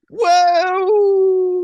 Wow!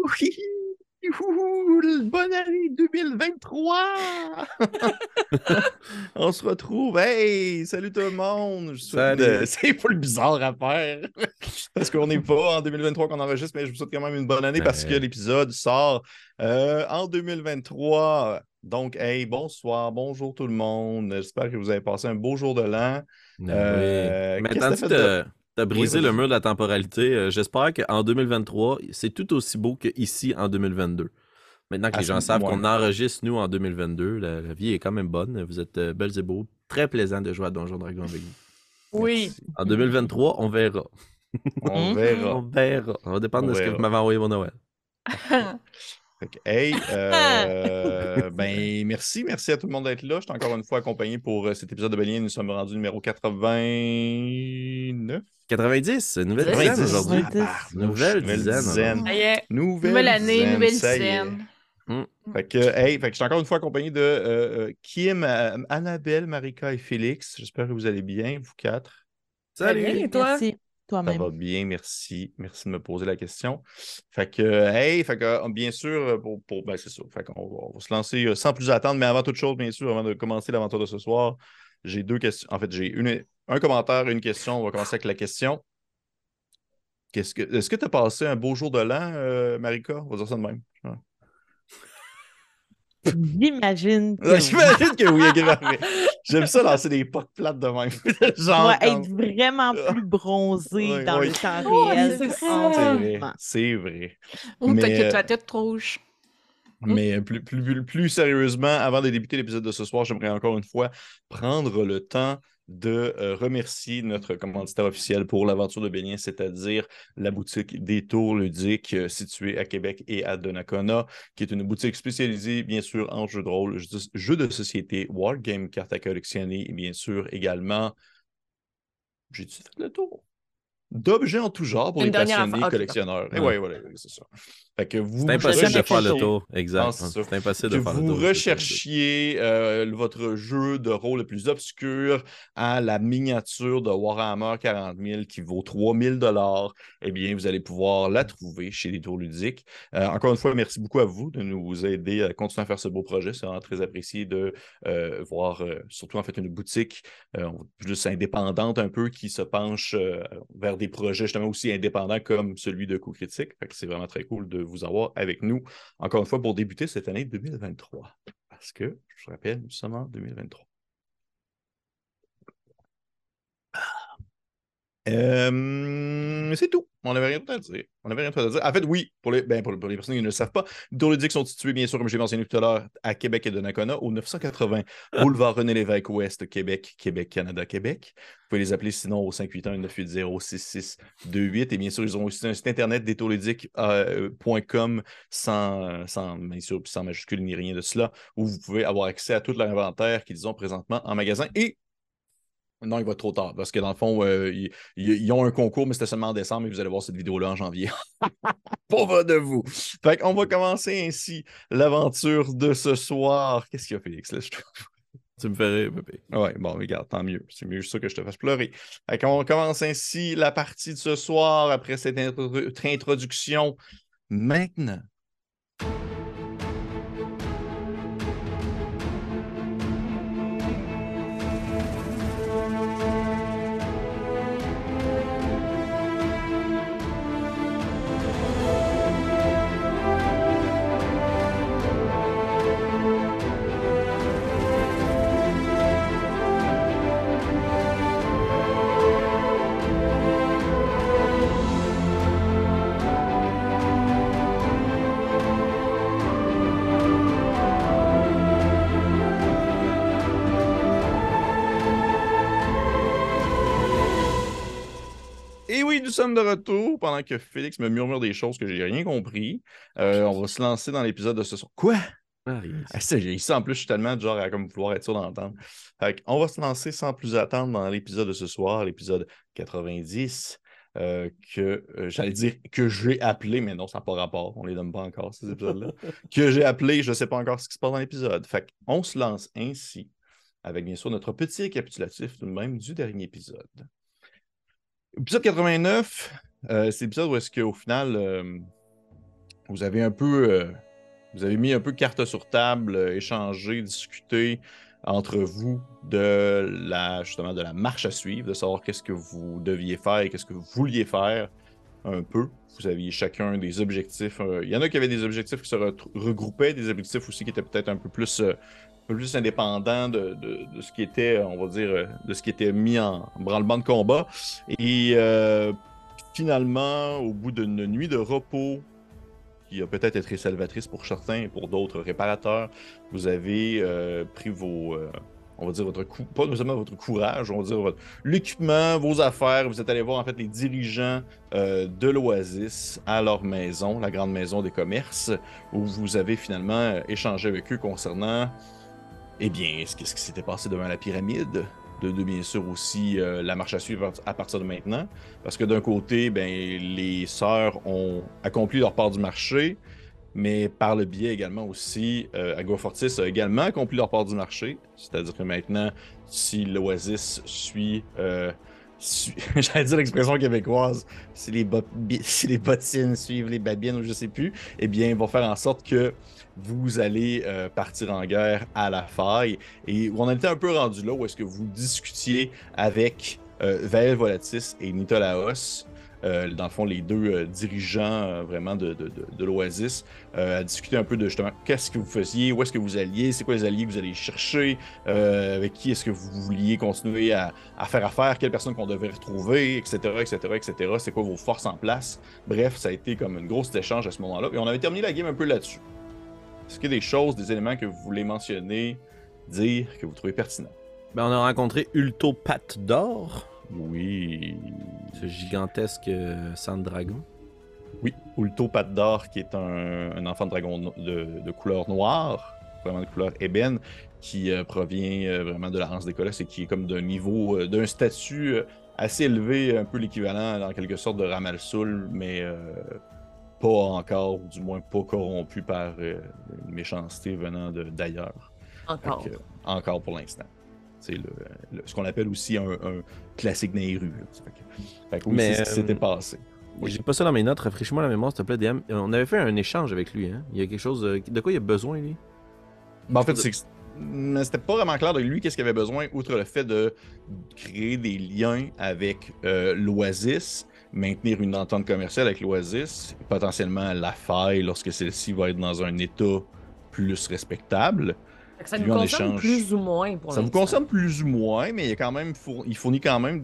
Bonne année 2023! On se retrouve. Hey, salut tout le monde! Je souhaite Salut. C'est pas le bizarre à faire. Parce qu'on n'est pas en 2023 qu'on enregistre, mais je vous souhaite quand même une bonne année parce que Ben, l'épisode sort en 2023. Donc, hey, bonsoir, bonjour tout le monde. J'espère que vous avez passé un beau jour de l'an. ben oui. Qu'est-ce Maintenant que que t'as fait de... t'as Oui, brisé le vas-y. mur de la temporalité, j'espère qu'en 2023, c'est tout aussi beau qu'ici en 2022. Maintenant que les gens savent Ouais. qu'on enregistre, nous, en 2022, la vie est quand même bonne. Vous êtes belles et beaux. Très plaisant de jouer à Donjon Dragon avec vous. Oui. Merci. En 2023, on verra. On Mhm. On verra. verra. Ça va dépendre On de ce que vous verra. m'avez envoyé pour Noël. Parfait. Fait que, hey, ben merci à tout le monde d'être là. Je suis encore une fois accompagné pour cet épisode de Bélier. Nous sommes rendus numéro 89. 90, nouvelle dizaine 90. 10. aujourd'hui. 90. Tabarnouche. Nouvelle Nouvelle dizaine dizaine. Ça aujourd'hui. y est. Nouvelle Nouvelle année, dizaine. nouvelle Ça y est. dizaine. Hmm. Fait que je suis encore une fois accompagné de Kim, Annabelle, Marika et Félix. J'espère que vous allez bien, vous quatre. Très bien, Salut! et toi? Merci, Ça toi-même. va bien, merci. Merci de me poser la question. Fait que, hey, fait que, bien sûr, ben, c'est ça. Fait qu'on on va se lancer sans plus attendre, mais avant toute chose, bien sûr, avant de commencer l'aventure de ce soir, j'ai deux questions. En fait, j'ai un commentaire et une question. On va commencer avec la question. Est-ce que tu as passé un beau jour de l'an, Marika? On va dire ça de même. Ouais. J'imagine que Ouais, oui. j'imagine que oui, ok, parfait. J'aime ça lancer des potes plates de même. Je Genre dois être comme. vraiment plus bronzée Oui, dans oui. le temps Oui, réel c'est qu'en ce C'est ça. vrai. moment. C'est vrai. Ou peut-être Mais. que tu as la tête rouge. Mais plus sérieusement, avant de débuter l'épisode de ce soir, j'aimerais encore une fois prendre le temps de remercier notre commanditaire officiel pour l'aventure de Bélier, c'est-à-dire la boutique des Tours Ludiques située à Québec et à Donnacona, qui est une boutique spécialisée, bien sûr, en jeux de rôle, jeux de société, wargame, cartes à collectionner et bien sûr également, j'ai-tu fait le tour? D'objets en tout genre pour Une les dernière affaire. passionnés Ok, parfait. collectionneurs. Et Ouais. ouais, voilà, c'est ça. Fait que C'est vous impossible de Jamais fait faire le le tour. recherchiez. tour. Non, Exact. c'est ça. C'est impossible Que de faire le vous tour. recherchiez votre jeu de rôle le plus obscur à la miniature de Warhammer 40 000 qui vaut 3 000 $, eh bien, vous allez pouvoir la trouver chez les Tours Ludiques. Encore une fois, merci beaucoup à vous de nous aider à continuer à faire ce beau projet. C'est vraiment très apprécié de voir, surtout en fait, une boutique plus indépendante un peu qui se penche vers des projets justement aussi indépendants comme celui de Coup Critique. Fait que c'est vraiment très cool de vous avoir avec nous encore une fois pour débuter cette année 2023. Parce que, je vous rappelle, nous sommes en 2023. C'est tout. On n'avait rien d'autre à dire. On n'avait rien d'autre à dire. En fait, oui, pour les personnes qui ne le savent pas, les Tours Ludiques sont situés, bien sûr, comme j'ai mentionné tout à l'heure, à Québec et Donnacona, au 980 Boulevard René-Lévesque Ouest, Québec, Québec, Canada, Québec. Vous pouvez les appeler sinon au 581-980-6628. Et bien sûr, ils ont aussi un site internet détourludiques.com sans, bien sûr, sans majuscule ni rien de cela, où vous pouvez avoir accès à tout leur inventaire qu'ils ont présentement en magasin. Et non, il va être trop tard parce que dans le fond, ils ont un concours, mais c'était seulement en décembre et vous allez voir cette vidéo-là en janvier. Pauvre de vous. Fait qu'on va commencer ainsi l'aventure de ce soir. Qu'est-ce qu'il y a, Félix? Là, Tu me fais rire, bébé. Ouais, bon, regarde, tant mieux. C'est mieux ça que je te fasse pleurer. Fait qu'on commence ainsi la partie de ce soir après cette introduction. Maintenant. Et oui, nous sommes de retour pendant que Félix me murmure des choses que j'ai rien compris. On va se lancer dans l'épisode de ce soir. Quoi? Ah, rien. Ah, ça, j'ai ça en plus, je suis tellement du genre à comme vouloir être sûr d'entendre. On va se lancer sans plus attendre dans l'épisode de ce soir, l'épisode 90, j'allais dire que j'ai appelé, mais non, ça n'a pas rapport, on les donne pas encore, ces épisodes-là. Que j'ai appelé, je ne sais pas encore ce qui se passe dans l'épisode. On se lance ainsi, avec bien sûr notre petit récapitulatif tout de même du dernier épisode. Épisode 89, c'est l'épisode où est-ce qu'au final, vous avez un peu... vous avez mis un peu carte sur table, échangé, discuté entre vous justement de la marche à suivre, de savoir qu'est-ce que vous deviez faire et qu'est-ce que vous vouliez faire un peu. Vous aviez chacun des objectifs. Il y en a qui avaient des objectifs qui se regroupaient, des objectifs aussi qui étaient peut-être un peu plus indépendants de ce qui était, on va dire, de ce qui était mis en branle-bas de combat. Et finalement, au bout d'une nuit de repos, qui a peut-être été salvatrice pour certains et pour d'autres réparateurs, vous avez pris on va dire pas seulement votre courage, on va dire l'équipement, vos affaires. Vous êtes allé voir en fait les dirigeants de l'Oasis à leur maison, la grande maison des commerces, où vous avez finalement échangé avec eux concernant, eh bien, qu'est-ce qui s'était passé devant la pyramide, de bien sûr aussi la marche à suivre à partir de maintenant. Parce que d'un côté, ben, les sœurs ont accompli leur part du marché, mais par le biais également aussi, Agrofortis a également accompli leur part du marché. C'est-à-dire que maintenant, si l'Oasis j'allais dire l'expression québécoise, si les bottines suivent les babines ou je sais plus, eh bien, ils vont faire en sorte que vous allez partir en guerre à la faille. Et on était un peu rendu là où est-ce que vous discutiez avec Vael Volatis et Nitolaos, dans le fond, les deux dirigeants vraiment de l'Oasis, à discuter un peu de justement qu'est-ce que vous faisiez, où est-ce que vous alliez, c'est quoi les alliés que vous allez chercher, avec qui est-ce que vous vouliez continuer à faire affaire, quelles personnes qu'on devait retrouver, etc., etc., etc., c'est quoi vos forces en place. Bref, ça a été comme une grosse échange à ce moment-là. Et on avait terminé la game un peu là-dessus. Est-ce qu'il y a des choses, des éléments que vous voulez mentionner, dire, que vous trouvez pertinents? Ben, on a rencontré Ulto Patte d'Or, Oui. ce gigantesque sang de dragon. Oui, Ulto Patte d'Or, qui est un enfant de dragon de couleur noire, vraiment de couleur ébène, qui provient vraiment de la race des Colosses et qui est comme d'un niveau, d'un statut assez élevé, un peu l'équivalent en quelque sorte de Ramal-Sul, mais pas encore, ou du moins pas corrompu par une méchanceté venant d'ailleurs. Encore. Fait que, encore pour l'instant. C'est ce qu'on appelle aussi un classique dans les rues. Fait que oui, Mais, c'est ce qui s'était passé. Oui. J'ai pas ça dans mes notes, rafraîchis-moi la mémoire s'il te plaît, DM. On avait fait un échange avec lui, hein. Il y a quelque chose. De quoi il a besoin, lui? Ben, en fait, mais c'était pas vraiment clair de lui qu'est-ce qu'il avait besoin, outre le fait de créer des liens avec l'Oasis, maintenir une entente commerciale avec l'Oasis, potentiellement la faille lorsque celle-ci va être dans un état plus respectable. Fait que ça Puis nous en concerne échange- plus ou moins pour Ça vous l'instant. concerne plus ou moins, mais il, y a quand même il fournit quand même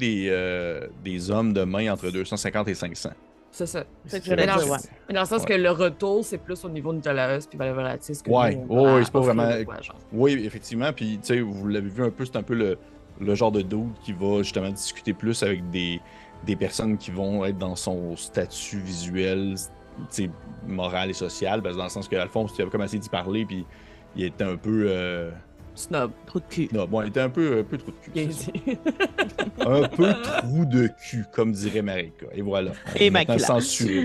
des hommes de main entre 250 et 500. C'est ça. C'est ce que Mais j'allais dans, dire, ouais. mais dans le sens Ouais. que le retour, c'est plus au niveau de Nitolaus puis Valvolatis que Ouais, nous, on va ouais, c'est pas offrir vraiment. de quoi, genre. Oui, effectivement. Puis, tu sais, vous l'avez vu un peu, c'est un peu le genre de dude qui va justement discuter plus avec des personnes qui vont être dans son statut visuel, tu sais, moral et social. Parce que dans le sens que, Alphonse, tu avais commencé d'y parler, puis il était un peu. Snob. Trou de cul. Non, bon, il était un peu trou de cul. Bien c'est ça. dit. Un peu trou de cul, comme dirait Marika. Et voilà. Et Maintenant Macula. censuré.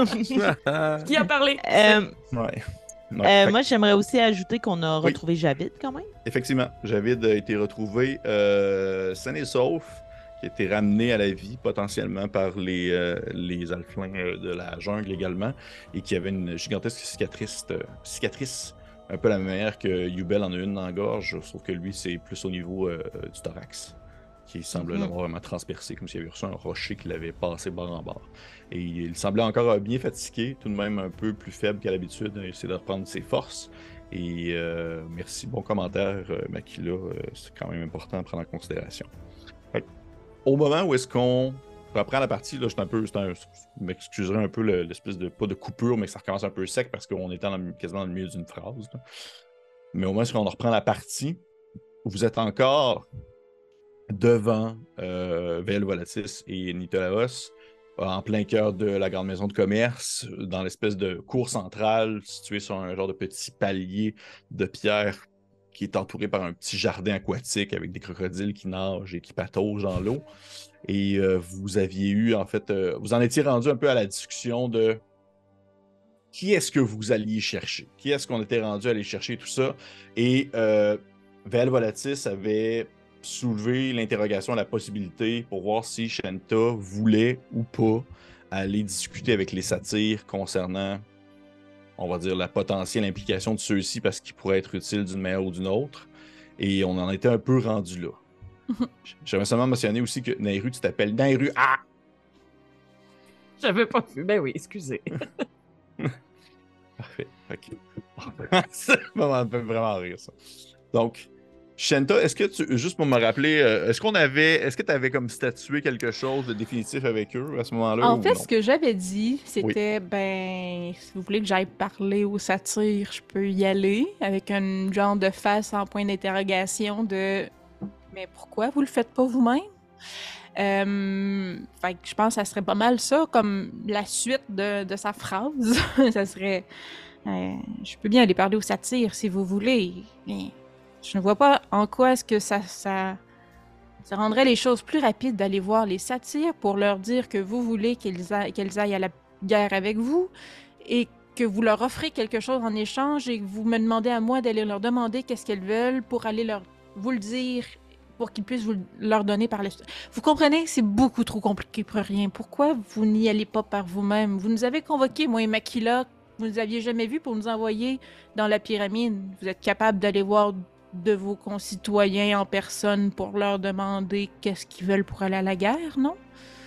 Qui a parlé? Ouais. Ouais, fait que- Moi, j'aimerais aussi ajouter qu'on a retrouvé Javid quand même. Effectivement, Javid a été retrouvé sain et sauf, qui a été ramené à la vie potentiellement par les alflins de la jungle également, et qui avait une gigantesque cicatrice un peu la même manière que Yubel en a une dans la gorge, sauf que lui, c'est plus au niveau du thorax, qui semble l'avoir vraiment transpercé, comme s'il avait reçu un rocher qui l'avait passé bord en bord. Et il semblait encore bien fatigué, tout de même un peu plus faible qu'à l'habitude, il essaie de reprendre ses forces. Et merci, bon commentaire, Makila. C'est quand même important à prendre en considération. Fait que, au moment où est-ce qu'on reprend la partie, là, je m'excuserai un peu l'espèce de, pas de coupure, mais que ça recommence un peu sec parce qu'on était quasiment dans le milieu d'une phrase. Là. Mais au moment où on reprend la partie, vous êtes encore devant Vel Volatis et Nitolaos, en plein cœur de la grande maison de commerce, dans l'espèce de cour centrale située sur un genre de petit palier de pierre qui est entouré par un petit jardin aquatique avec des crocodiles qui nagent et qui pataugent dans l'eau. Et vous aviez eu, en fait, vous en étiez rendu un peu à la discussion de qui est-ce que vous alliez chercher? Qui est-ce qu'on était rendu à aller chercher, tout ça? Et Vel Volatis avait soulevé l'interrogation, la possibilité pour voir si Shanta voulait ou pas à aller discuter avec les satyres concernant, on va dire, la potentielle implication de ceux-ci parce qu'ils pourraient être utiles d'une manière ou d'une autre. Et on en était un peu rendu là. J'aimerais seulement mentionner aussi que Nairu, tu t'appelles Nairu. Ah! J'avais pas vu. Ben oui, excusez. Parfait. OK. Ça me fait vraiment rire, ça. Donc, Shenta, est-ce que tu, juste pour me rappeler, est-ce que tu avais comme statué quelque chose de définitif avec eux à ce moment-là En ou fait, non? ce que j'avais dit, Oui. c'était, si vous voulez que j'aille parler aux satyres, je peux y aller, avec un genre de face en point d'interrogation de « Mais pourquoi vous le faites pas vous-même? » Fait que je pense que ça serait pas mal ça, comme la suite de sa phrase. Ça serait je peux bien aller parler aux satyres si vous voulez, mais je ne vois pas en quoi est-ce que ça rendrait les choses plus rapides d'aller voir les satyres pour leur dire que vous voulez qu'elles aillent à la guerre avec vous et que vous leur offrez quelque chose en échange et que vous me demandez à moi d'aller leur demander qu'est-ce qu'elles veulent pour aller vous le dire pour qu'ils puissent leur donner par la suite. Vous comprenez? C'est beaucoup trop compliqué pour rien. Pourquoi vous n'y allez pas par vous-même? Vous nous avez convoqués, moi et Makila, vous ne nous aviez jamais vus pour nous envoyer dans la pyramide. Vous êtes capable d'aller voir de vos concitoyens en personne pour leur demander qu'est-ce qu'ils veulent pour aller à la guerre, non?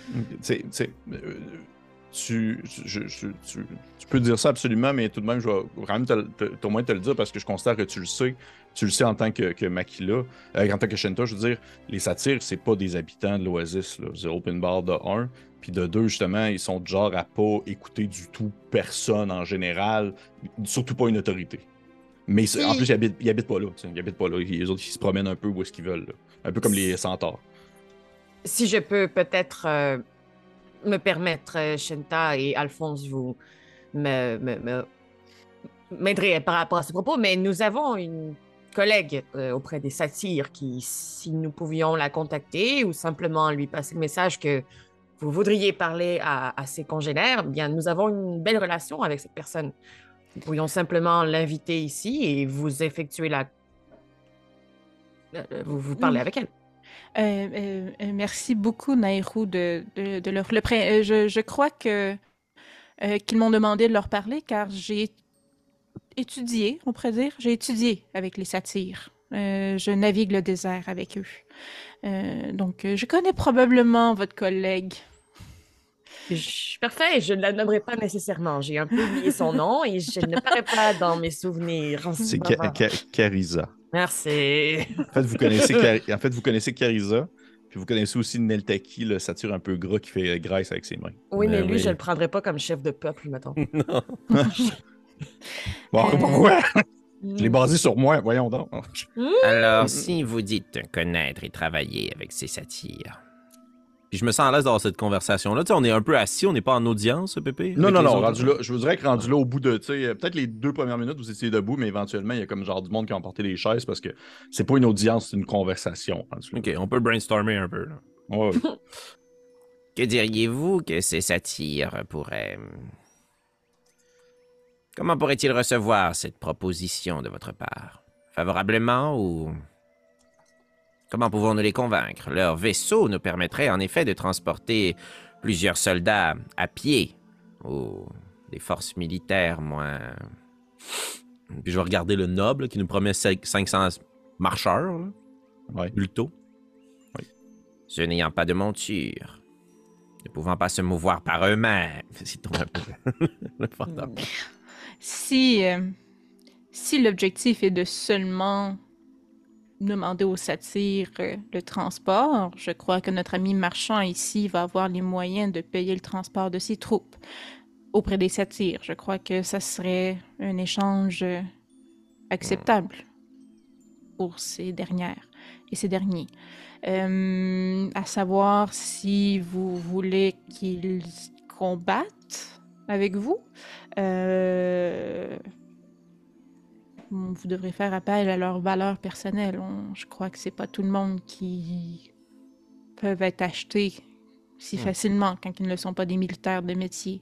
Tu peux dire ça absolument, mais tout de même, je vais vraiment au moins te le dire parce que je considère que tu le sais. Tu le sais en tant que Makila, en tant que Shenta, je veux dire, les satyres, c'est pas des habitants de l'Oasis. C'est open bar de 1. Puis de 2, justement, ils sont du genre à pas écouter du tout personne en général, surtout pas une autorité. Mais en plus, ils habitent pas là. Ils habitent pas là. Les autres, ils se promènent un peu où est-ce qu'ils veulent. Là. Un peu comme les centaures. Si je peux peut-être me permettre, Shenta et Alphonse, vous m'aiderez par rapport à ce propos, mais nous avons une collègue auprès des satyres qui, si nous pouvions la contacter ou simplement lui passer le message que vous voudriez parler à ses congénères, bien, nous avons une belle relation avec cette personne. Nous pourrions simplement l'inviter ici et vous effectuer vous parlez avec elle. Merci beaucoup, Nairou, de leur... je crois que qu'ils m'ont demandé de leur parler car j'ai étudié, on pourrait dire, j'ai étudié avec les satyres. Je navigue le désert avec eux. Donc, je connais probablement votre collègue. Parfait, je ne la nommerai pas nécessairement. J'ai un peu oublié son nom et je ne paraît pas dans mes souvenirs. C'est Carissa. Merci. En fait, vous connaissez Carissa, puis vous connaissez aussi Neltaki, le satyre un peu gras qui fait graisse avec ses mains. Oui, mais lui, je ne le prendrais pas comme chef de peuple, mettons. Non. Bon, pourquoi? Je l'ai basé sur moi, voyons donc. Alors, si vous dites connaître et travailler avec ces satyres... Puis je me sens à l'aise d'avoir cette conversation-là. Tu sais, on est un peu assis, on n'est pas en audience, Pépé? Non, rendu là, je vous dirais que rendu là, au bout de, tu sais, peut-être les 2 premières minutes, vous étiez debout, mais éventuellement, il y a comme genre du monde qui a emporté les chaises parce que c'est pas une audience, c'est une conversation. OK, on peut brainstormer un peu, là. Ouais. Que diriez-vous que ces satyres pourraient... Comment pourraient-ils recevoir cette proposition de votre part? Favorablement ou... Comment pouvons-nous les convaincre? Leur vaisseau nous permettrait en effet de transporter plusieurs soldats à pied ou des forces militaires moins... Puis je vais regarder le noble qui nous promet 500 marcheurs, là, Ouais. plutôt. Oui. Ceux n'ayant pas de monture, ne pouvant pas se mouvoir par eux-mêmes. C'est un peu le fantôme. Si l'objectif est de seulement demander aux satyres le transport, je crois que notre ami marchand ici va avoir les moyens de payer le transport de ses troupes auprès des satyres. Je crois que ça serait un échange acceptable pour ces dernières et ces derniers. À savoir si vous voulez qu'ils combattent avec vous. Vous devrez faire appel à leurs valeurs personnelles. Je crois que c'est pas tout le monde qui peuvent être achetés si facilement quand ils ne sont pas des militaires de métier.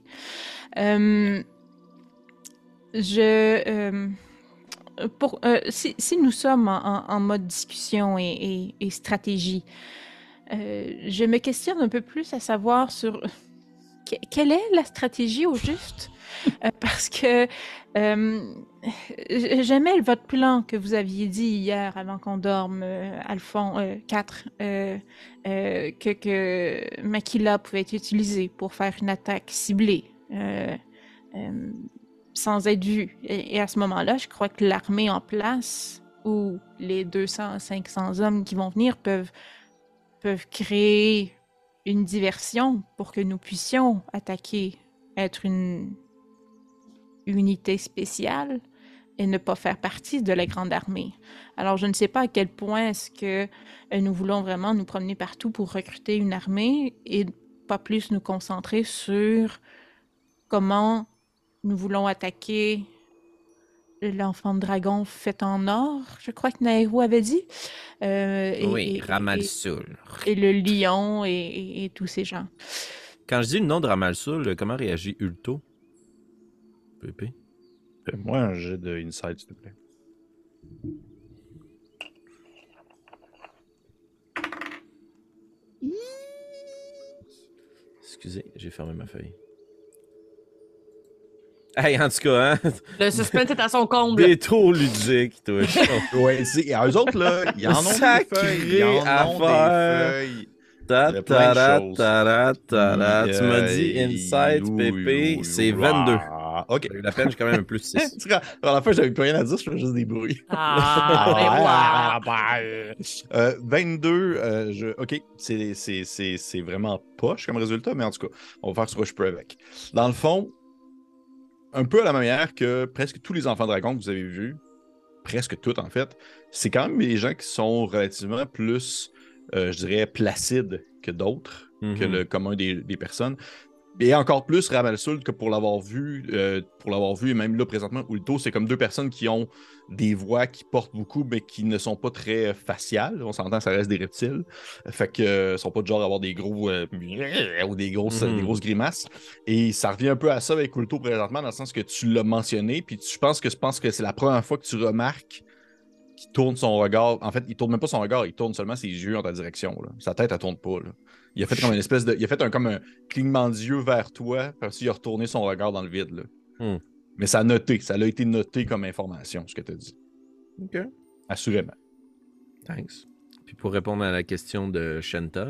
Si nous sommes en mode discussion et stratégie, je me questionne un peu plus à savoir sur quelle est la stratégie au juste? Parce que j'aimais votre plan que vous aviez dit hier avant qu'on dorme, Alphon 4, que Makila pouvait être utilisée pour faire une attaque ciblée sans être vue. Et à ce moment-là, je crois que l'armée en place ou les 200, 500 hommes qui vont venir peuvent créer une diversion pour que nous puissions attaquer, être une unité spéciale et ne pas faire partie de la grande armée. Alors, je ne sais pas à quel point est-ce que nous voulons vraiment nous promener partout pour recruter une armée et pas plus nous concentrer sur comment nous voulons attaquer l'enfant de dragon fait en or, je crois que Nairo avait dit. Oui, Ramal-Sul. Et le lion et tous ces gens. Quand je dis le nom de Ramal-Sul, comment réagit Ulto? Pépé? Fais-moi un jet de insight, s'il te plaît. Excusez, j'ai fermé ma feuille. Hey, en tout cas, hein? Le suspense est à son comble. Des trop ludiques, toi. Ouais, eux autres, là, ils en ont des Sacré feuilles. Ils en ont affaire. des feuilles. Ta, Il y a plein de ta, choses. ta, ta, tu m'as dit Insight, Pépé, c'est 22. OK. J'ai eu la peine, j'ai quand même un plus 6. À la fin, j'avais plus rien à dire, je fais juste des bruits. Ah, mais voilà. 22, OK, c'est vraiment poche comme résultat, mais en tout cas, on va faire ce que je peux avec. Dans le fond, un peu à la manière que presque tous les enfants dragons que vous avez vus, presque tous en fait, c'est quand même des gens qui sont relativement plus, je dirais, placides que d'autres, que le commun des personnes. Et encore plus Ramal-Sul que pour l'avoir vu, et même là présentement, Ulto, c'est comme deux personnes qui ont des voix qui portent beaucoup, mais qui ne sont pas très faciales. On s'entend, ça reste des reptiles. Fait que sont pas de genre à avoir des gros ou des grosses grimaces. Et ça revient un peu à ça avec Ulto présentement, dans le sens que tu l'as mentionné, puis je pense que c'est la première fois que tu remarques qu'il tourne son regard. En fait, il tourne même pas son regard, il tourne seulement ses yeux en ta direction. Là. Sa tête, elle tourne pas. Là. Il a fait comme une espèce de. Il a fait comme un clignement d'yeux vers toi, parce qu'il a retourné son regard dans le vide. Là. Mais ça a été noté comme information, ce que tu as dit. OK. Assurément. Thanks. Puis pour répondre à la question de Shenta,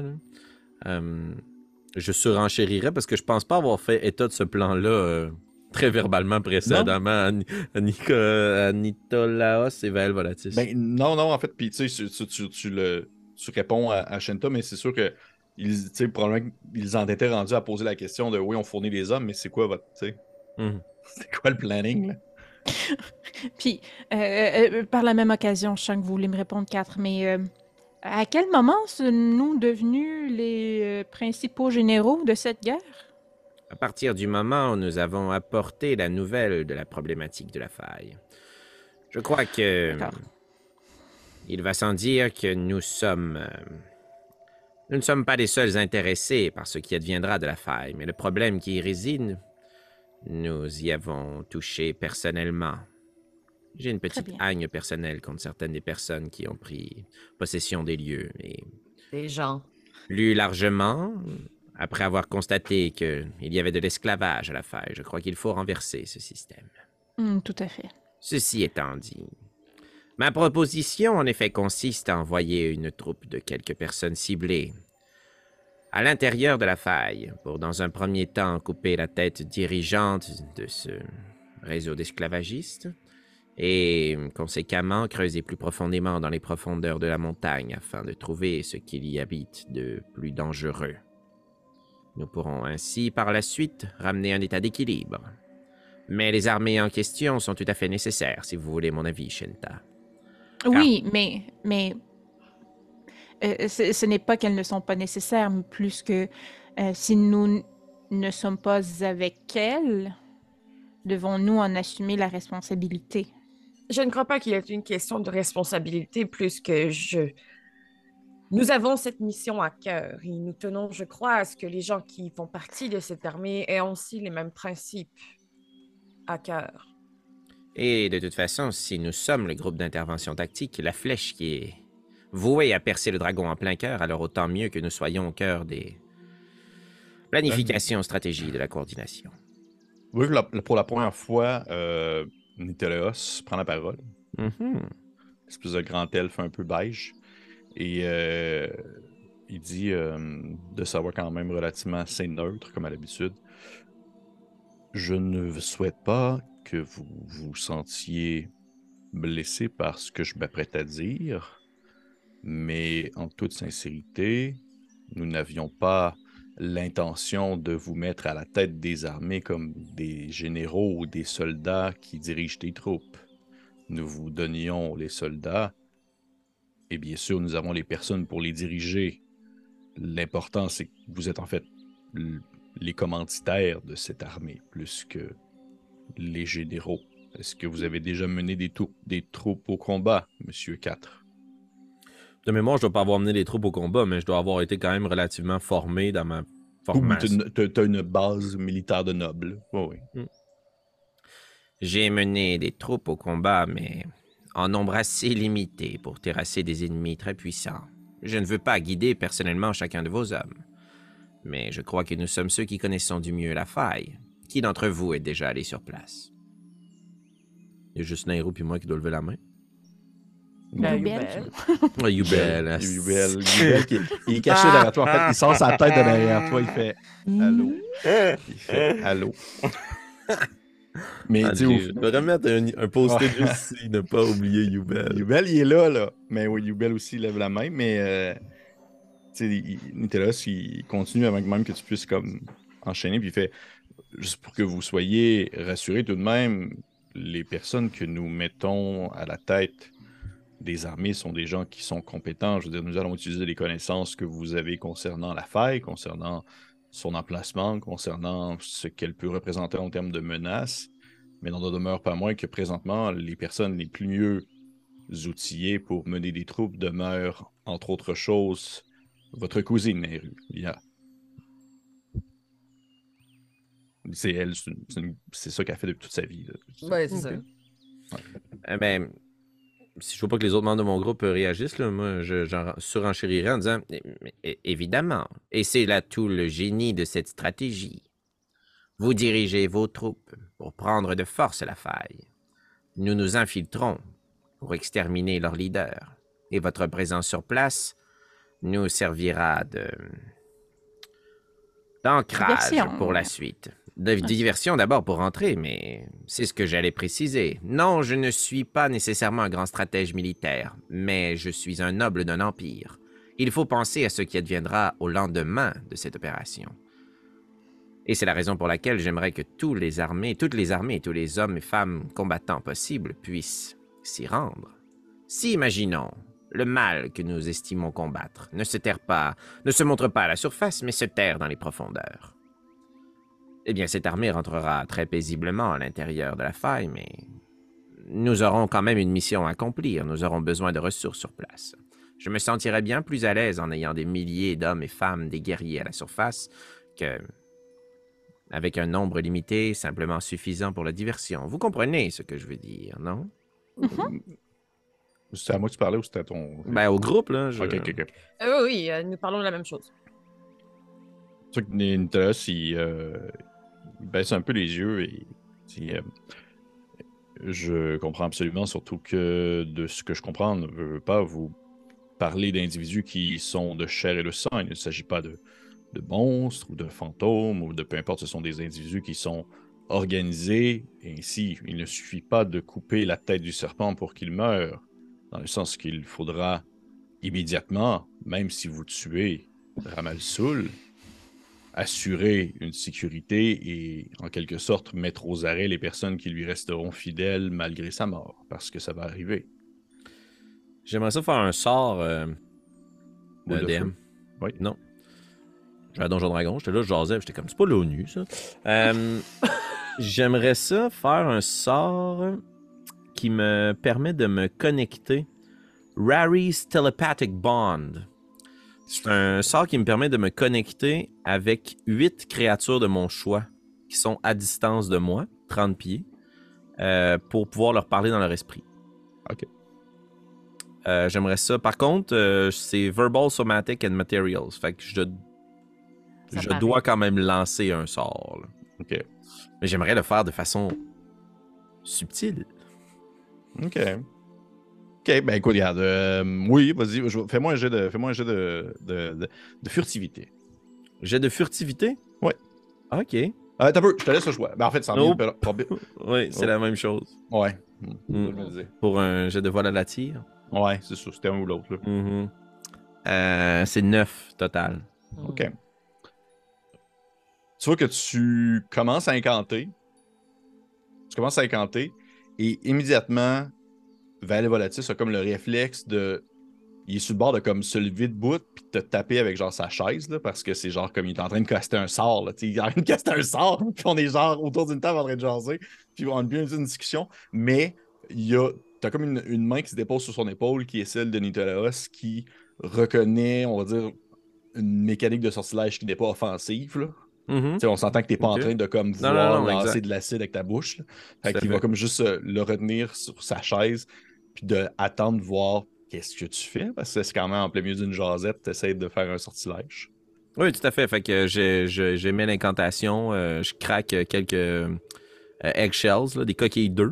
je surenchérirais parce que je pense pas avoir fait état de ce plan-là très verbalement précédemment à Nitolaos et Vael Volatis. Ben, non, en fait, puis tu sais, tu réponds à Shenta, mais c'est sûr que probablement qu'ils en étaient rendus à poser la question de oui, on fournit les hommes, mais c'est quoi votre. C'est quoi le planning, là? Puis, par la même occasion, je sens que vous voulez me répondre 4, mais à quel moment sommes-nous devenus les principaux généraux de cette guerre? À partir du moment où nous avons apporté la nouvelle de la problématique de la faille. Je crois que il va sans dire que nous ne sommes pas les seuls intéressés par ce qui adviendra de la faille, mais le problème qui y réside, nous y avons touché personnellement. J'ai une petite haine personnelle contre certaines des personnes qui ont pris possession des lieux. Et des gens. Plus largement, après avoir constaté qu'il y avait de l'esclavage à la faille, je crois qu'il faut renverser ce système. Tout à fait. Ceci étant dit, ma proposition en effet consiste à envoyer une troupe de quelques personnes ciblées à l'intérieur de la faille pour, dans un premier temps, couper la tête dirigeante de ce réseau d'esclavagistes et, conséquemment, creuser plus profondément dans les profondeurs de la montagne afin de trouver ce qu'il y habite de plus dangereux. Nous pourrons ainsi, par la suite, ramener un état d'équilibre. Mais les armées en question sont tout à fait nécessaires, si vous voulez mon avis, Shenta. Oui, mais ce n'est pas qu'elles ne sont pas nécessaires, mais plus que si nous ne sommes pas avec elles, devons-nous en assumer la responsabilité? Je ne crois pas qu'il y ait une question de responsabilité plus que Nous avons cette mission à cœur et nous tenons, je crois, à ce que les gens qui font partie de cette armée aient aussi les mêmes principes à cœur. Et de toute façon, si nous sommes le groupe d'intervention tactique, la flèche qui est vouée à percer le dragon en plein cœur, alors autant mieux que nous soyons au cœur des Planification, stratégie, de la coordination. Vous voyez que pour la première fois, Niteleos prend la parole. Mhm. Espèce de grand elfe un peu beige. Et il dit de savoir quand même relativement assez neutre, comme à l'habitude. Je ne souhaite pas que vous vous sentiez blessé par ce que je m'apprête à dire, mais en toute sincérité, nous n'avions pas l'intention de vous mettre à la tête des armées comme des généraux ou des soldats qui dirigent des troupes. Nous vous donnions les soldats, et bien sûr, nous avons les personnes pour les diriger. L'important, c'est que vous êtes en fait les commanditaires de cette armée, plus que les généraux. Est-ce que vous avez déjà mené des troupes au combat, Monsieur 4? De mémoire, je dois pas avoir mené des troupes au combat, mais je dois avoir été quand même relativement formé dans ma formation. Oui, t'as une base militaire de nobles. Oui, oui. J'ai mené des troupes au combat, mais en nombre assez limité pour terrasser des ennemis très puissants. Je ne veux pas guider personnellement chacun de vos hommes, mais je crois que nous sommes ceux qui connaissons du mieux la faille. Qui d'entre vous est déjà allé sur place? Il y a juste Nairo puis moi qui doit lever la main. Youbel. Oh, Youbel. Youbel il est caché derrière toi. En fait, il sort sa tête de derrière toi. Il fait allô. Il fait allô. Mais tu sais, Je devrais mettre un post-it juste ici, ne pas oublier Youbel. Youbel, il est là. Mais oui, Youbel aussi lève la main. Mais tu sais, Nitelos, il continue avec même que tu puisses comme enchaîner. Puis il fait juste pour que vous soyez rassurés tout de même, les personnes que nous mettons à la tête des armées sont des gens qui sont compétents. Je veux dire, nous allons utiliser les connaissances que vous avez concernant la faille, concernant son emplacement, concernant ce qu'elle peut représenter en termes de menaces. Mais n'en demeure pas moins que présentement, les personnes les plus mieux outillées pour mener des troupes demeurent, entre autres choses, votre cousine, Nehru, Lia. C'est elle, c'est ça qu'elle fait depuis toute sa vie. Ouais, c'est ça. Eh ben, si je veux pas que les autres membres de mon groupe réagissent, là, moi, j'en surenchérirais en disant évidemment. Et c'est là tout le génie de cette stratégie. Vous dirigez vos troupes pour prendre de force la faille. Nous nous infiltrons pour exterminer leur leader. Et votre présence sur place nous servira d'ancrage pour la suite. De diversion d'abord pour entrer, mais c'est ce que j'allais préciser. Non, je ne suis pas nécessairement un grand stratège militaire, mais je suis un noble d'un empire. Il faut penser à ce qui adviendra au lendemain de cette opération. Et c'est la raison pour laquelle j'aimerais que toutes les armées et tous les hommes et femmes combattants possibles puissent s'y rendre. Si, imaginons, le mal que nous estimons combattre ne se montre pas à la surface, mais se terre dans les profondeurs. Eh bien, cette armée rentrera très paisiblement à l'intérieur de la faille, mais nous aurons quand même une mission à accomplir. Nous aurons besoin de ressources sur place. Je me sentirais bien plus à l'aise en ayant des milliers d'hommes et femmes, des guerriers à la surface, que avec un nombre limité, simplement suffisant pour la diversion. Vous comprenez ce que je veux dire, non? C'était à moi que tu parlais ou c'était à ton... Ben, au groupe, là. Ok. Oui, nous parlons de la même chose. C'est sûr que Nitelos, il baisse un peu les yeux et dit je comprends absolument, surtout que de ce que je comprends, ne veut pas vous parler d'individus qui sont de chair et de sang. Il ne s'agit pas de monstres ou de fantômes ou de peu importe, ce sont des individus qui sont organisés. Et ainsi, il ne suffit pas de couper la tête du serpent pour qu'il meure, dans le sens qu'il faudra immédiatement, même si vous tuez Ramal-Soul, assurer une sécurité et, en quelque sorte, mettre aux arrêts les personnes qui lui resteront fidèles malgré sa mort, parce que ça va arriver. J'aimerais ça faire un sort Boule de DM. feu. Oui. Non. J'ai un Donjon Dragon, j'étais là, je jasais, j'étais comme, c'est pas l'ONU, ça. J'aimerais ça faire un sort qui me permet de me connecter. Rary's Telepathic Bond. C'est un sort qui me permet de me connecter avec 8 créatures de mon choix qui sont à distance de moi, 30 pieds, pour pouvoir leur parler dans leur esprit. OK. J'aimerais ça. Par contre, c'est Verbal, Somatic and Materials. Fait que Ça Je paraît. dois quand même lancer un sort. Là. OK. Mais j'aimerais le faire de façon subtile. OK. OK, ben écoute, regarde. Oui, vas-y, fais-moi un jet de furtivité. Jet de furtivité? Ouais. OK. T'as peu, je te laisse le choix. Ben, en fait, ça en Oh. vient Oui, c'est Oh. la même chose. Ouais. Mm. Je me disais. Pour un jet de voile à la tire. Ouais, c'est ça. C'était un ou l'autre. Là. C'est 9 total. OK. Tu vois que tu commences à incanter. Et immédiatement, Valet Volatis a comme le réflexe de. Il est sur le bord de comme se lever debout puis te taper avec genre sa chaise là, parce que c'est genre comme il est en train de caster un sort. Là, il est en train de caster un sort, puis on est genre autour d'une table en train de jaser, puis on a bien une discussion. Mais t'as comme une main qui se dépose sur son épaule qui est celle de Nitolaos qui reconnaît, on va dire, une mécanique de sortilège qui n'est pas offensive. Là. Mhm. On s'entend que t'es pas en Ok. train de comme Non, vouloir non, lancer exact. de l'acide avec ta bouche. Là. Fait Tout à qu'il va fait. comme juste le retenir sur sa chaise puis d'attendre de voir qu'est-ce que tu fais. Parce que c'est quand même en plein milieu d'une jasette, t'essaies de faire un sortilège. Oui, tout à fait. Fait que j'émets l'incantation, je craque quelques eggshells, là, des coquilles d'œufs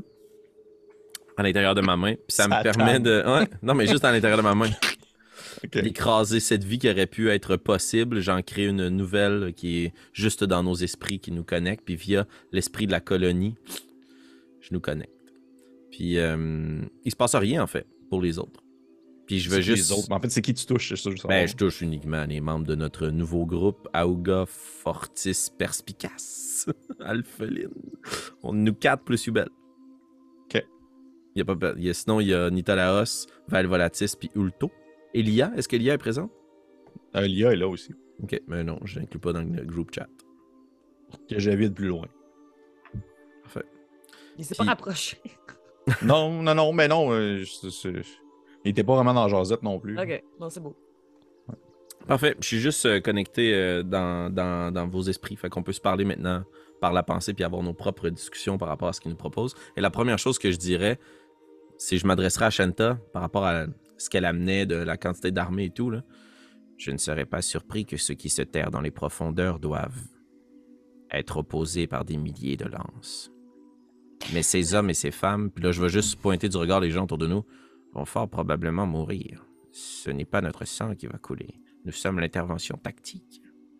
à l'intérieur de ma main. Puis ça me Satan. permet de... Ouais, non, mais juste à l'intérieur de ma main. OK. D'écraser cette vie qui aurait pu être possible. J'en crée une nouvelle qui est juste dans nos esprits qui nous connecte. Puis via l'esprit de la colonie, je nous connecte. Puis il se passe rien, en fait, pour les autres. Puis je veux C'est qui juste... les autres. Mais en fait, c'est qui tu touches, c'est ça, je veux savoir. Ben, je touche uniquement les membres de notre nouveau groupe, Auga Fortis Perspicace, Alpheline. On nous 4 plus Ubel. OK. Sinon, il y a Nitolaos, Valvolatis puis Ulto. Elia, est-ce qu'Elia est présente? Lia est là aussi. Ok, mais non, je n'inclus pas dans le group chat. Que j'évite plus loin. Parfait. Il s'est Puis- pas rapproché. non, mais non. Il était pas vraiment dans la jasette non plus. Ok, non, c'est beau. Parfait. Je suis juste connecté dans vos esprits. Fait qu'on peut se parler maintenant par la pensée puis avoir nos propres discussions par rapport à ce qu'il nous propose. Et la première chose que je dirais, c'est que je m'adresserai à Shanta par rapport à ce qu'elle amenait de la quantité d'armée et tout. Là. Je ne serais pas surpris que ceux qui se terrent dans les profondeurs doivent être opposés par des milliers de lances. Mais ces hommes et ces femmes, puis là je vais juste pointer du regard les gens autour de nous, vont fort probablement mourir. Ce n'est pas notre sang qui va couler. Nous sommes l'intervention tactique.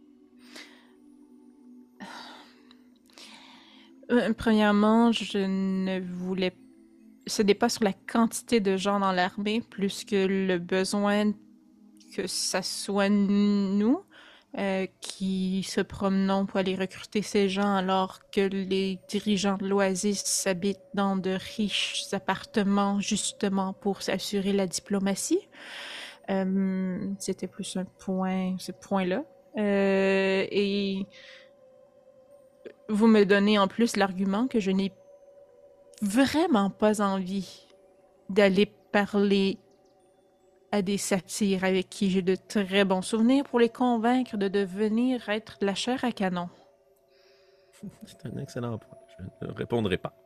Premièrement, je ne voulais... Ce n'est pas sur la quantité de gens dans l'armée, plus que le besoin que ça soit nous qui se promenons pour aller recruter ces gens, alors que les dirigeants de l'Oasis habitent dans de riches appartements, justement pour s'assurer la diplomatie. C'était plus ce point-là. Et vous me donnez en plus l'argument que je n'ai vraiment pas envie d'aller parler à des satyres avec qui j'ai de très bons souvenirs pour les convaincre de devenir être de la chair à canon. C'est un excellent point. Je ne répondrai pas.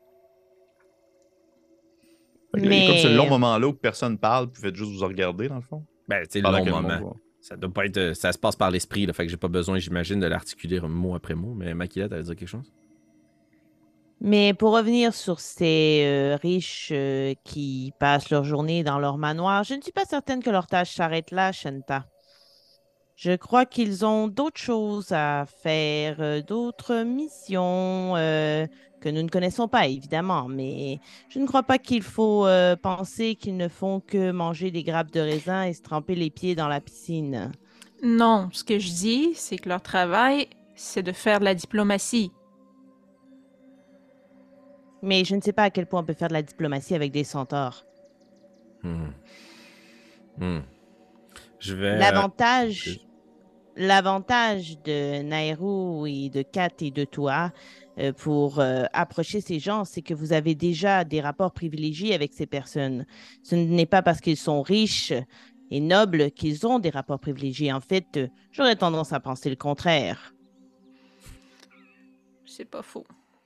Fait que là, il y a comme ce long moment-là où personne parle, puis vous faites juste vous regarder, dans le fond. Ben, tu sais, le Pendant long que le moment. monde va. Ça doit pas être... Ça se passe par l'esprit, là, fait que j'ai pas besoin, j'imagine, de l'articuler mot après mot. Mais Makila, t'allais dire quelque chose? Mais pour revenir sur ces riches qui passent leur journée dans leur manoir, je ne suis pas certaine que leur tâche s'arrête là, Shanta. Je crois qu'ils ont d'autres choses à faire, d'autres missions que nous ne connaissons pas, évidemment, mais je ne crois pas qu'il faut penser qu'ils ne font que manger des grappes de raisin et se tremper les pieds dans la piscine. Non, ce que je dis, c'est que leur travail, c'est de faire de la diplomatie. Mais je ne sais pas à quel point on peut faire de la diplomatie avec des centaures. Je vais... L'avantage de Nairo et de Kat et de toi pour approcher ces gens, c'est que vous avez déjà des rapports privilégiés avec ces personnes. Ce n'est pas parce qu'ils sont riches et nobles qu'ils ont des rapports privilégiés. En fait, j'aurais tendance à penser le contraire. C'est pas faux.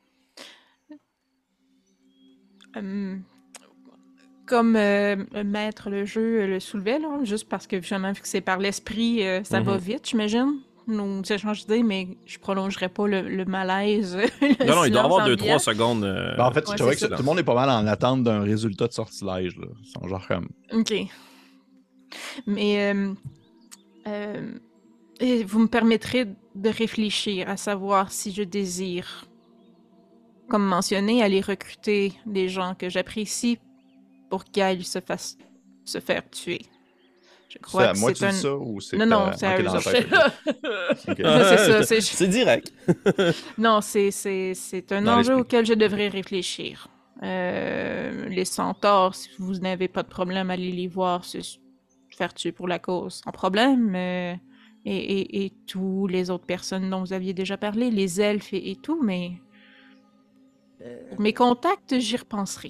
Comme maître le jeu le soulevait, là, juste parce que justement, vu que c'est par l'esprit, ça va vite, j'imagine. nos échanges d'idées, mais je prolongerai pas le malaise. Non, il doit y avoir silence 2-3 secondes. En fait, Ouais, je trouvais que c'est tout le monde est pas mal en attente d'un résultat de sortilège. Là. Ils sont genre comme... Ok. Mais et vous me permettrez de réfléchir à savoir si je désire, comme mentionné, aller recruter des gens que j'apprécie pour qu'ils se faire tuer. Je C'est crois à que moi que c'est tu dis un... ça ou c'est Non, c'est à ok, eux dans la autres. tête? Ok. C'est ça, c'est- C'est direct. Non, c'est un Dans enjeu l'esprit. auquel je devrais réfléchir. Les centaures, si vous n'avez pas de problème à aller les voir se faire tuer pour la cause, sans problème. Et tous les autres personnes dont vous aviez déjà parlé, les elfes et tout, mais pour mes contacts, j'y repenserai.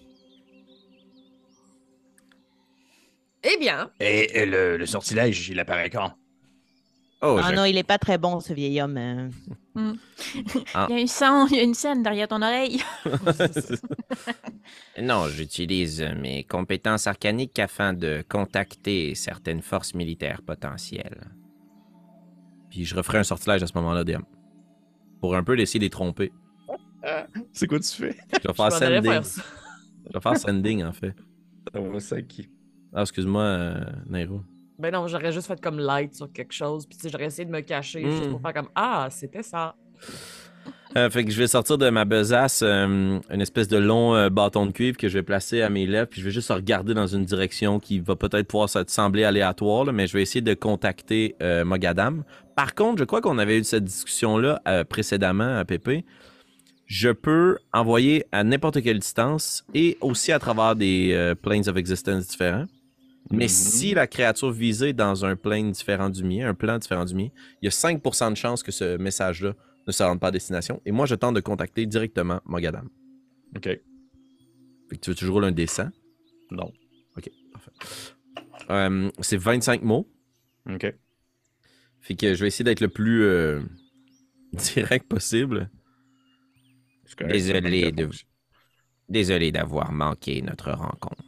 Eh bien, Et le sortilège, il apparaît quand? Oh, Ah non, il est pas très bon, ce vieil homme. Ah. Il y a une scène derrière ton oreille. Non, j'utilise mes compétences arcaniques afin de contacter certaines forces militaires potentielles. Puis je referai un sortilège à ce moment-là, DM. Pour un peu essayer de les tromper. C'est quoi tu fais? Je vais je m'en faire allais sending. faire ça. Je vais faire sending, en fait. Ça va, c'est qui? Ah, excuse-moi, Nairo. Ben non, j'aurais juste fait comme light sur quelque chose, puis tu sais, j'aurais essayé de me cacher juste pour faire comme ah, c'était ça. Fait que je vais sortir de ma besace une espèce de long bâton de cuivre que je vais placer à mes lèvres, puis je vais juste regarder dans une direction qui va peut-être pouvoir te sembler aléatoire, là, mais je vais essayer de contacter Mogadam. Par contre, je crois qu'on avait eu cette discussion-là précédemment à Pépé. Je peux envoyer à n'importe quelle distance et aussi à travers des planes of existence différents. Mais si la créature visée est dans un plane différent du mien, un plan différent du mien, il y a 5% de chance que ce message-là ne se rende pas à destination. Et moi, je tente de contacter directement Mogadam. OK. Fait que tu veux toujours rouler un D100? Non. OK, parfait. C'est 25 mots. OK. Fait que je vais essayer d'être le plus direct possible. C'est correct, Désolé d'avoir manqué notre rencontre.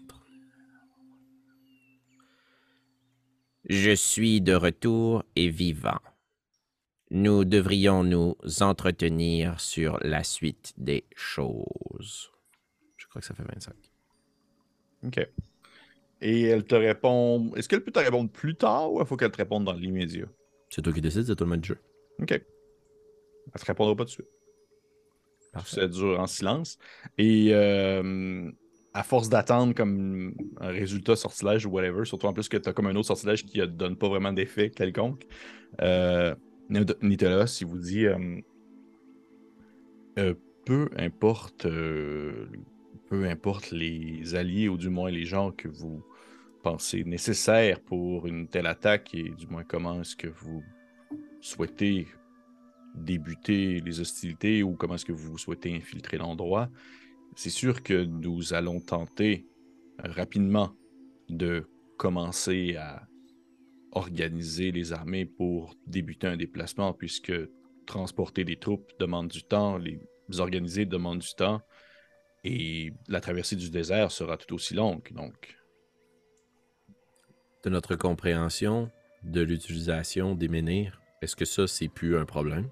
Je suis de retour et vivant. Nous devrions nous entretenir sur la suite des choses. Je crois que ça fait 25. OK. Et elle te répond... Est-ce qu'elle peut te répondre plus tard ou il faut qu'elle te réponde dans l'immédiat? C'est toi qui décides, c'est toi le maître du jeu. OK. Elle te répondra pas tout de suite. Parfait. Ça dure en silence. Et à force d'attendre comme un résultat sortilège ou whatever, surtout en plus que tu as comme un autre sortilège qui ne donne pas vraiment d'effet quelconque, Nicolas, il vous dit peu importe les alliés ou du moins les gens que vous pensez nécessaires pour une telle attaque et du moins comment est-ce que vous souhaitez débuter les hostilités ou comment est-ce que vous souhaitez infiltrer l'endroit, c'est sûr que nous allons tenter rapidement de commencer à organiser les armées pour débuter un déplacement puisque transporter des troupes demande du temps, les organiser demande du temps et la traversée du désert sera tout aussi longue. Donc, De notre compréhension de l'utilisation des menhirs, est-ce que ça, c'est plus un problème?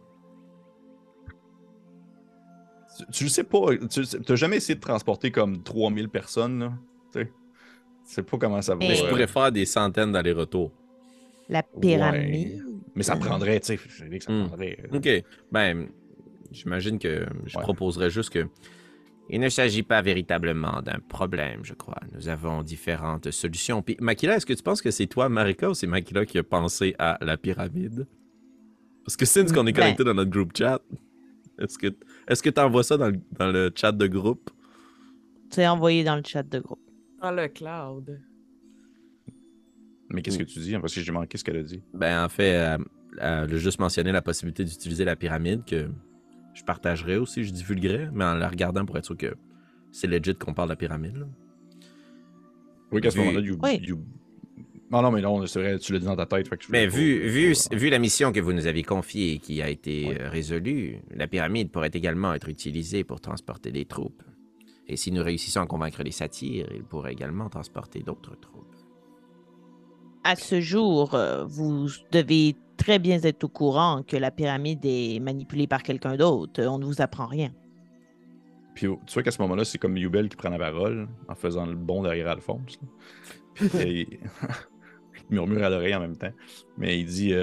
tu le sais pas, tu n'as jamais essayé de transporter comme 3000 personnes, là, tu sais pas comment ça va. Mais je pourrais faire des centaines d'allers-retours. La pyramide. Ouais. Mais ça prendrait, tu sais, je dis que ça prendrait. OK. Ben, j'imagine que je Ouais. proposerais juste que... Il ne s'agit pas véritablement d'un problème, je crois. Nous avons différentes solutions. Puis, Makila, est-ce que tu penses que c'est toi, Marika, ou c'est Makila qui a pensé à la pyramide? Parce que since qu'on est connecté dans notre groupe chat, est-ce que tu envoies ça dans le chat de groupe? C'est envoyé dans le chat de groupe. Dans le cloud. Mais qu'est-ce que tu dis? Parce que j'ai manqué ce qu'elle a dit. Ben, en fait, elle a juste mentionné la possibilité d'utiliser la pyramide que je partagerais aussi, je divulguerais, mais en la regardant pour être sûr que c'est legit qu'on parle de la pyramide. Là. Oui, qu'à ce Vu- moment-là, non, mais non, c'est vrai, tu l'as dit dans ta tête. Fait que Mais vu la mission que vous nous avez confiée et qui a été résolue, la pyramide pourrait également être utilisée pour transporter des troupes. Et si nous réussissons à convaincre les satyres, ils pourraient également transporter d'autres troupes. à ce jour, vous devez très bien être au courant que la pyramide est manipulée par quelqu'un d'autre. On ne vous apprend rien. Puis tu vois qu'à ce moment-là, c'est comme Yubel qui prend la parole en faisant le bond derrière Alphonse. Là. Puis il murmure à l'oreille en même temps. Mais il dit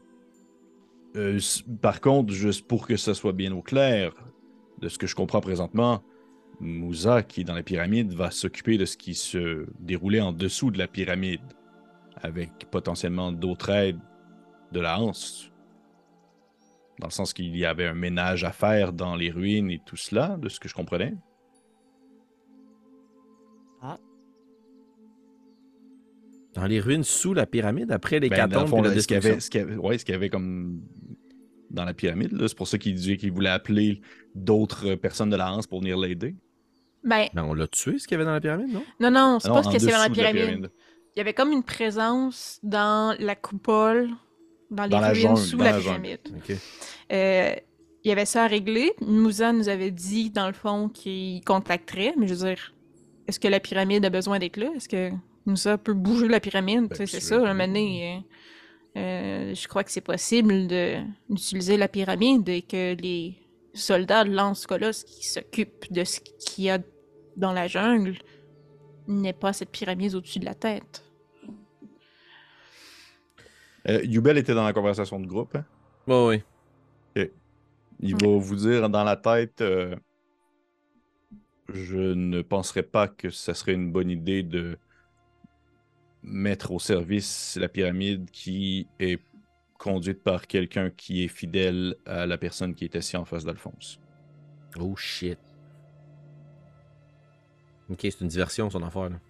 par contre, juste pour que ça soit bien au clair, de ce que je comprends présentement, Moussa, qui est dans la pyramide, va s'occuper de ce qui se déroulait en dessous de la pyramide, avec potentiellement d'autres aides de la Hanse. Dans le sens qu'il y avait un ménage à faire dans les ruines et tout cela, de ce que je comprenais. Dans les ruines sous la pyramide, après les Ben, dans le l'hécatombe fond, et la ce qu'il y destruction. avait, ce qu'il y avait comme dans la pyramide, là, c'est pour ça qu'il disait qu'il voulait appeler d'autres personnes de la Hanse pour venir l'aider. Ben, Ben, on l'a tué, ce qu'il y avait dans la pyramide, non? non, c'est Ah pas non, ce en qu'il y avait dans la dessous de la pyramide. Il y avait comme une présence dans la coupole, dans les Dans la ruines jungle, sous dans la la jungle. pyramide. OK. Il y avait ça à régler. Moussa nous avait dit, dans le fond, qu'il contacterait, mais je veux dire, est-ce que la pyramide a besoin d'être là? Est-ce que Moussa peut bouger la pyramide? Ben, Tu sais, c'est c'est ça, vrai. un moment donné, je crois que c'est possible d'utiliser la pyramide et que les soldats de Lance Colosse qui s'occupent de ce qu'il y a dans la jungle n'aient pas cette pyramide au-dessus de la tête. Yubel était dans la conversation de groupe. Hein? Bon, oui. Il va vous dire dans la tête je ne penserais pas que ce serait une bonne idée de mettre au service la pyramide qui est conduite par quelqu'un qui est fidèle à la personne qui est assise en face d'Alphonse. Oh, shit. OK, c'est une diversion, son affaire, là.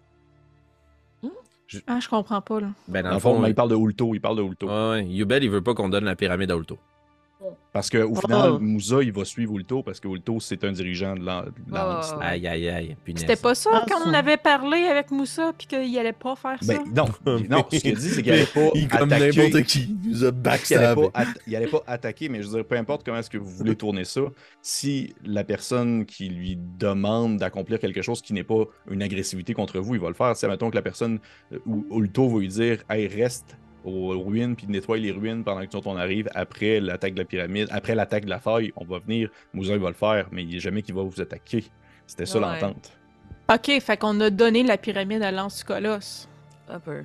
Ah, je comprends pas, là. Ben, Dans le fond, il parle de Ulto. Ouais, Yubel, il veut pas qu'on donne la pyramide à Ulto. Parce qu'au final, Moussa, il va suivre Ulto parce que Ulto, c'est un dirigeant de l'Anse. Ouais. Aïe, aïe, aïe. Punaise. C'était pas ça Ah, quand ça. on avait parlé avec Moussa puis qu'il allait pas faire ça? Ben, non, ce qu'il dit, c'est qu'il n'allait pas Il comme attaquer. n'importe qui. Il nous a Il allait backstabé. il allait pas attaquer, mais je veux dire, peu importe comment est-ce que vous voulez tourner ça, si la personne qui lui demande d'accomplir quelque chose qui n'est pas une agressivité contre vous, il va le faire. Si, admettons que la personne, ou Ulto va lui dire « Hey, reste aux ruines, puis nettoie les ruines pendant que on arrive, après l'attaque de la pyramide, après l'attaque de la faille, on va venir, Moussa, il va le faire, mais il n'y a jamais qui va vous attaquer. » C'était ça Ouais. l'entente. Ok, fait qu'on a donné la pyramide à Lance Colosse. Un peu.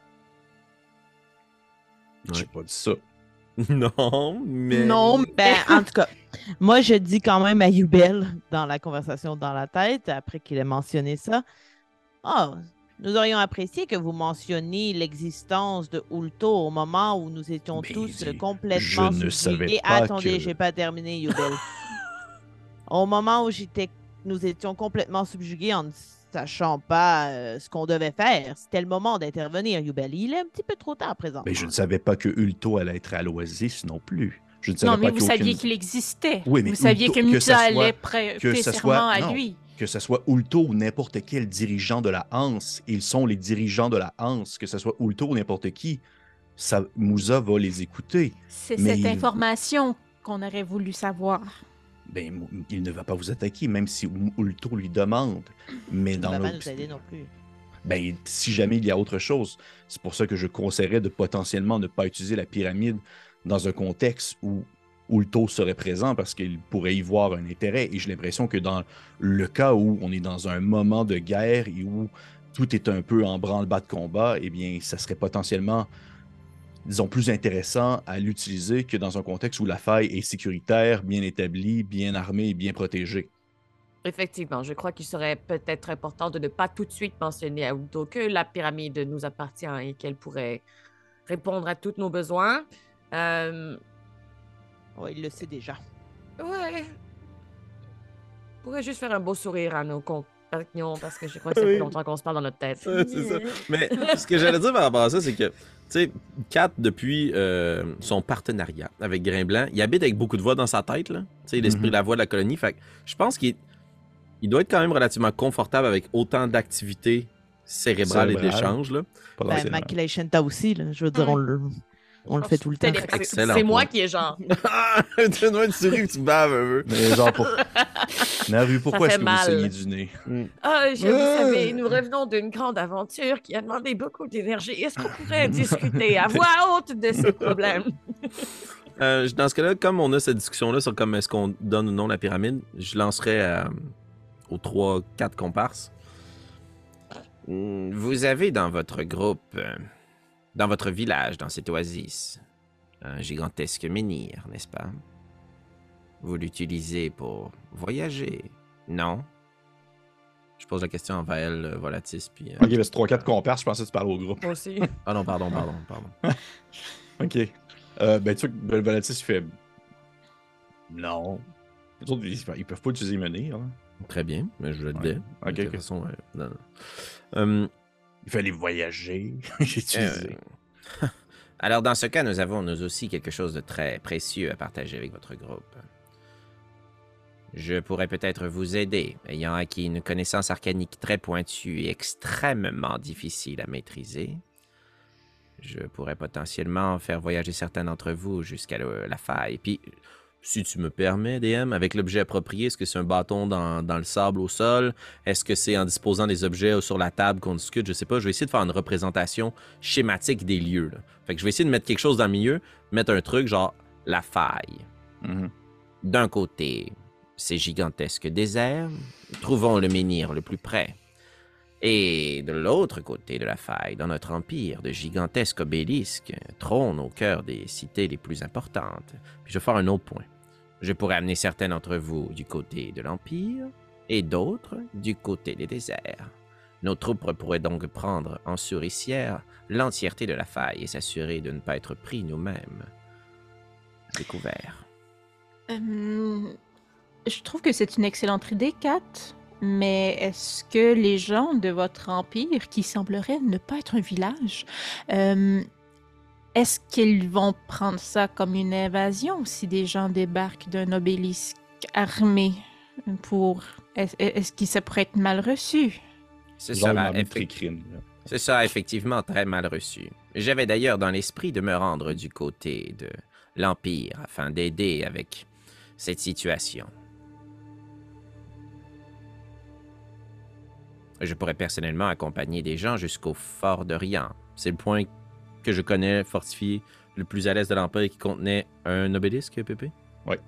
J'ai pas dit ça. Non, mais... Non, mais... Ben, en tout cas, moi, je dis quand même à Yubel, dans la conversation dans la tête, après qu'il ait mentionné ça, « Oh, nous aurions apprécié que vous mentionniez l'existence de Ulto au moment où nous étions Mais tous je complètement ne savais subjugués. pas Attendez, que- j'ai pas terminé, Yubel. Au moment où nous étions complètement subjugués en ne sachant pas ce qu'on devait faire, c'était le moment d'intervenir, Yubel. Il est un petit peu trop tard présentement. Mais je ne savais pas que Ulto allait être à l'Oasis non plus. Je ne savais Non, mais pas vous qu'aucune- saviez qu'il existait. Oui, mais vous saviez Ulto- que que Moussa ça soit- allait prêter ça serment soit- à non. lui. Que ce soit Ulto ou n'importe quel dirigeant de la Hanse, ils sont les dirigeants de la Hanse, que ce soit Ulto ou n'importe qui, Moussa va les écouter. C'est Mais cette il- information qu'on aurait voulu savoir. Ben, il ne va pas vous attaquer, même si Ulto lui demande. Mais Il ne dans va pas l'autre... nous aider non plus. Ben, si jamais il y a autre chose, c'est pour ça que je conseillerais de potentiellement ne pas utiliser la pyramide dans un contexte où Ulto serait présent parce qu'il pourrait y voir un intérêt. Et j'ai l'impression que dans le cas où on est dans un moment de guerre et où tout est un peu en branle-bas de combat, eh bien, ça serait potentiellement, disons, plus intéressant à l'utiliser que dans un contexte où la faille est sécuritaire, bien établie, bien armée et bien protégée. Effectivement, je crois qu'il serait peut-être important de ne pas tout de suite mentionner à Udo que la pyramide nous appartient et qu'elle pourrait répondre à tous nos besoins. Ouais, il le sait déjà. Ouais. On pourrait juste faire un beau sourire à nos compagnons parce que je crois que ça fait Oui. longtemps qu'on se parle dans notre tête. C'est ça. Mais ce que j'allais dire par rapport à ça, c'est que, tu sais, Kat, depuis son partenariat avec Grain-Blanc, il habite avec beaucoup de voix dans sa tête, là. Tu sais, l'esprit Mhm. de la voix de la colonie. Fait que je pense qu'il doit être quand même relativement confortable avec autant d'activités cérébrales et Cérébrales. d'échanges, là. Ben, Potentiellement. Maculation, t'as aussi, là. Je veux dire, Ouais. on le... On le fait tout le temps. Excellent C'est moi point. qui est genre. Donne-moi une souris que tu baves un peu. Mais genre, Naru, pourquoi fait est-ce que mal. vous saignez du nez? Ah, vous savez, nous revenons d'une grande aventure qui a demandé beaucoup d'énergie. Est-ce qu'on pourrait discuter à voix haute de ces problèmes? Dans ce cas-là, comme on a cette discussion-là sur comme est-ce qu'on donne ou non la pyramide, je lancerai aux 3-4 comparses. Vous avez dans votre groupe, dans votre village, dans cette oasis, un gigantesque menhir, n'est-ce pas? Vous l'utilisez pour voyager, non? Je pose la question à Vael, Volatis, puis... Ok, mais c'est 3-4 comparses, je pensais que tu parlais au groupe. Moi aussi. Ah non, pardon. Ok. Ben, tu vois que Volatis, il fait. Non. Les autres, ils peuvent pas utiliser menhir. Hein. Très bien, mais je le Ouais. dis. Ok, De toute ok. façon, non. Il fallait voyager. J'ai utilisé. Alors, dans ce cas, nous avons nous aussi quelque chose de très précieux à partager avec votre groupe. Je pourrais peut-être vous aider, ayant acquis une connaissance arcanique très pointue et extrêmement difficile à maîtriser. Je pourrais potentiellement faire voyager certains d'entre vous jusqu'à la faille. Puis, si tu me permets, DM, avec l'objet approprié, est-ce que c'est un bâton dans le sable au sol? Est-ce que c'est en disposant des objets sur la table qu'on discute? Je sais pas, je vais essayer de faire une représentation schématique des lieux. Là. Fait que je vais essayer de mettre quelque chose dans le milieu, mettre un truc genre la faille. Mhm. D'un côté, ces gigantesques déserts, trouvons le menhir le plus près. Et de l'autre côté de la faille, dans notre empire, de gigantesques obélisques trônent au cœur des cités les plus importantes. Puis je vais faire un autre point. Je pourrais amener certains d'entre vous du côté de l'empire et d'autres du côté des déserts. Nos troupes pourraient donc prendre en souricière l'entièreté de la faille et s'assurer de ne pas être pris nous-mêmes. Découvert. Je trouve que c'est une excellente idée, Kat. Mais est-ce que les gens de votre empire, qui semblerait ne pas être un village, est-ce qu'ils vont prendre ça comme une invasion si des gens débarquent d'un obélisque armé pour... Est-ce que ça pourrait être mal reçu? Ce Genre sera, une tricrine. ce sera effectivement très mal reçu. J'avais d'ailleurs dans l'esprit de me rendre du côté de l'Empire afin d'aider avec cette situation. Je pourrais personnellement accompagner des gens jusqu'au fort de Rian. C'est le point que je connais fortifié le plus à l'est de l'Empire qui contenait un obélisque, Pépé? Oui.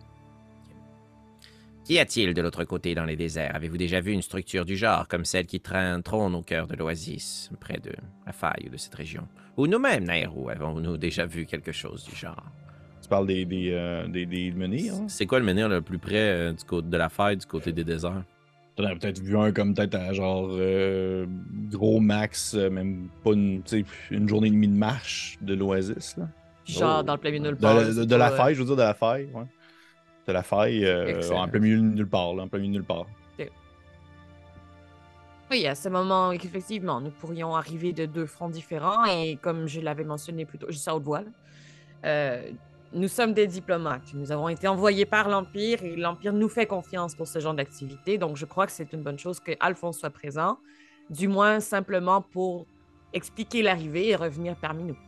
Qu'y a-t-il de l'autre côté dans les déserts? Avez-vous déjà vu une structure du genre, comme celle qui trône au cœur de l'oasis, près de la faille de cette région? Ou nous-mêmes, Nairou, avons-nous déjà vu quelque chose du genre? Tu parles des menhirs. Hein? C'est quoi le menhir le plus près du côté de la faille, du côté des déserts? T'en as peut-être vu un comme peut-être à genre gros max, même pas une journée et demie de marche de l'Oasis. Là. Genre Oh. dans le plein milieu de nulle part. De la faille, je veux dire, de la faille. Ouais. De la faille, Excellent. en plein milieu de nulle part. Là, en plein milieu de nulle part. Oui, à ce moment, effectivement, nous pourrions arriver de deux fronts différents et comme je l'avais mentionné plus tôt, je dis à haute voix, là, nous sommes des diplomates. Nous avons été envoyés par l'Empire et l'Empire nous fait confiance pour ce genre d'activité. Donc, je crois que c'est une bonne chose que Alphonse soit présent, du moins simplement pour expliquer l'arrivée et revenir parmi nous.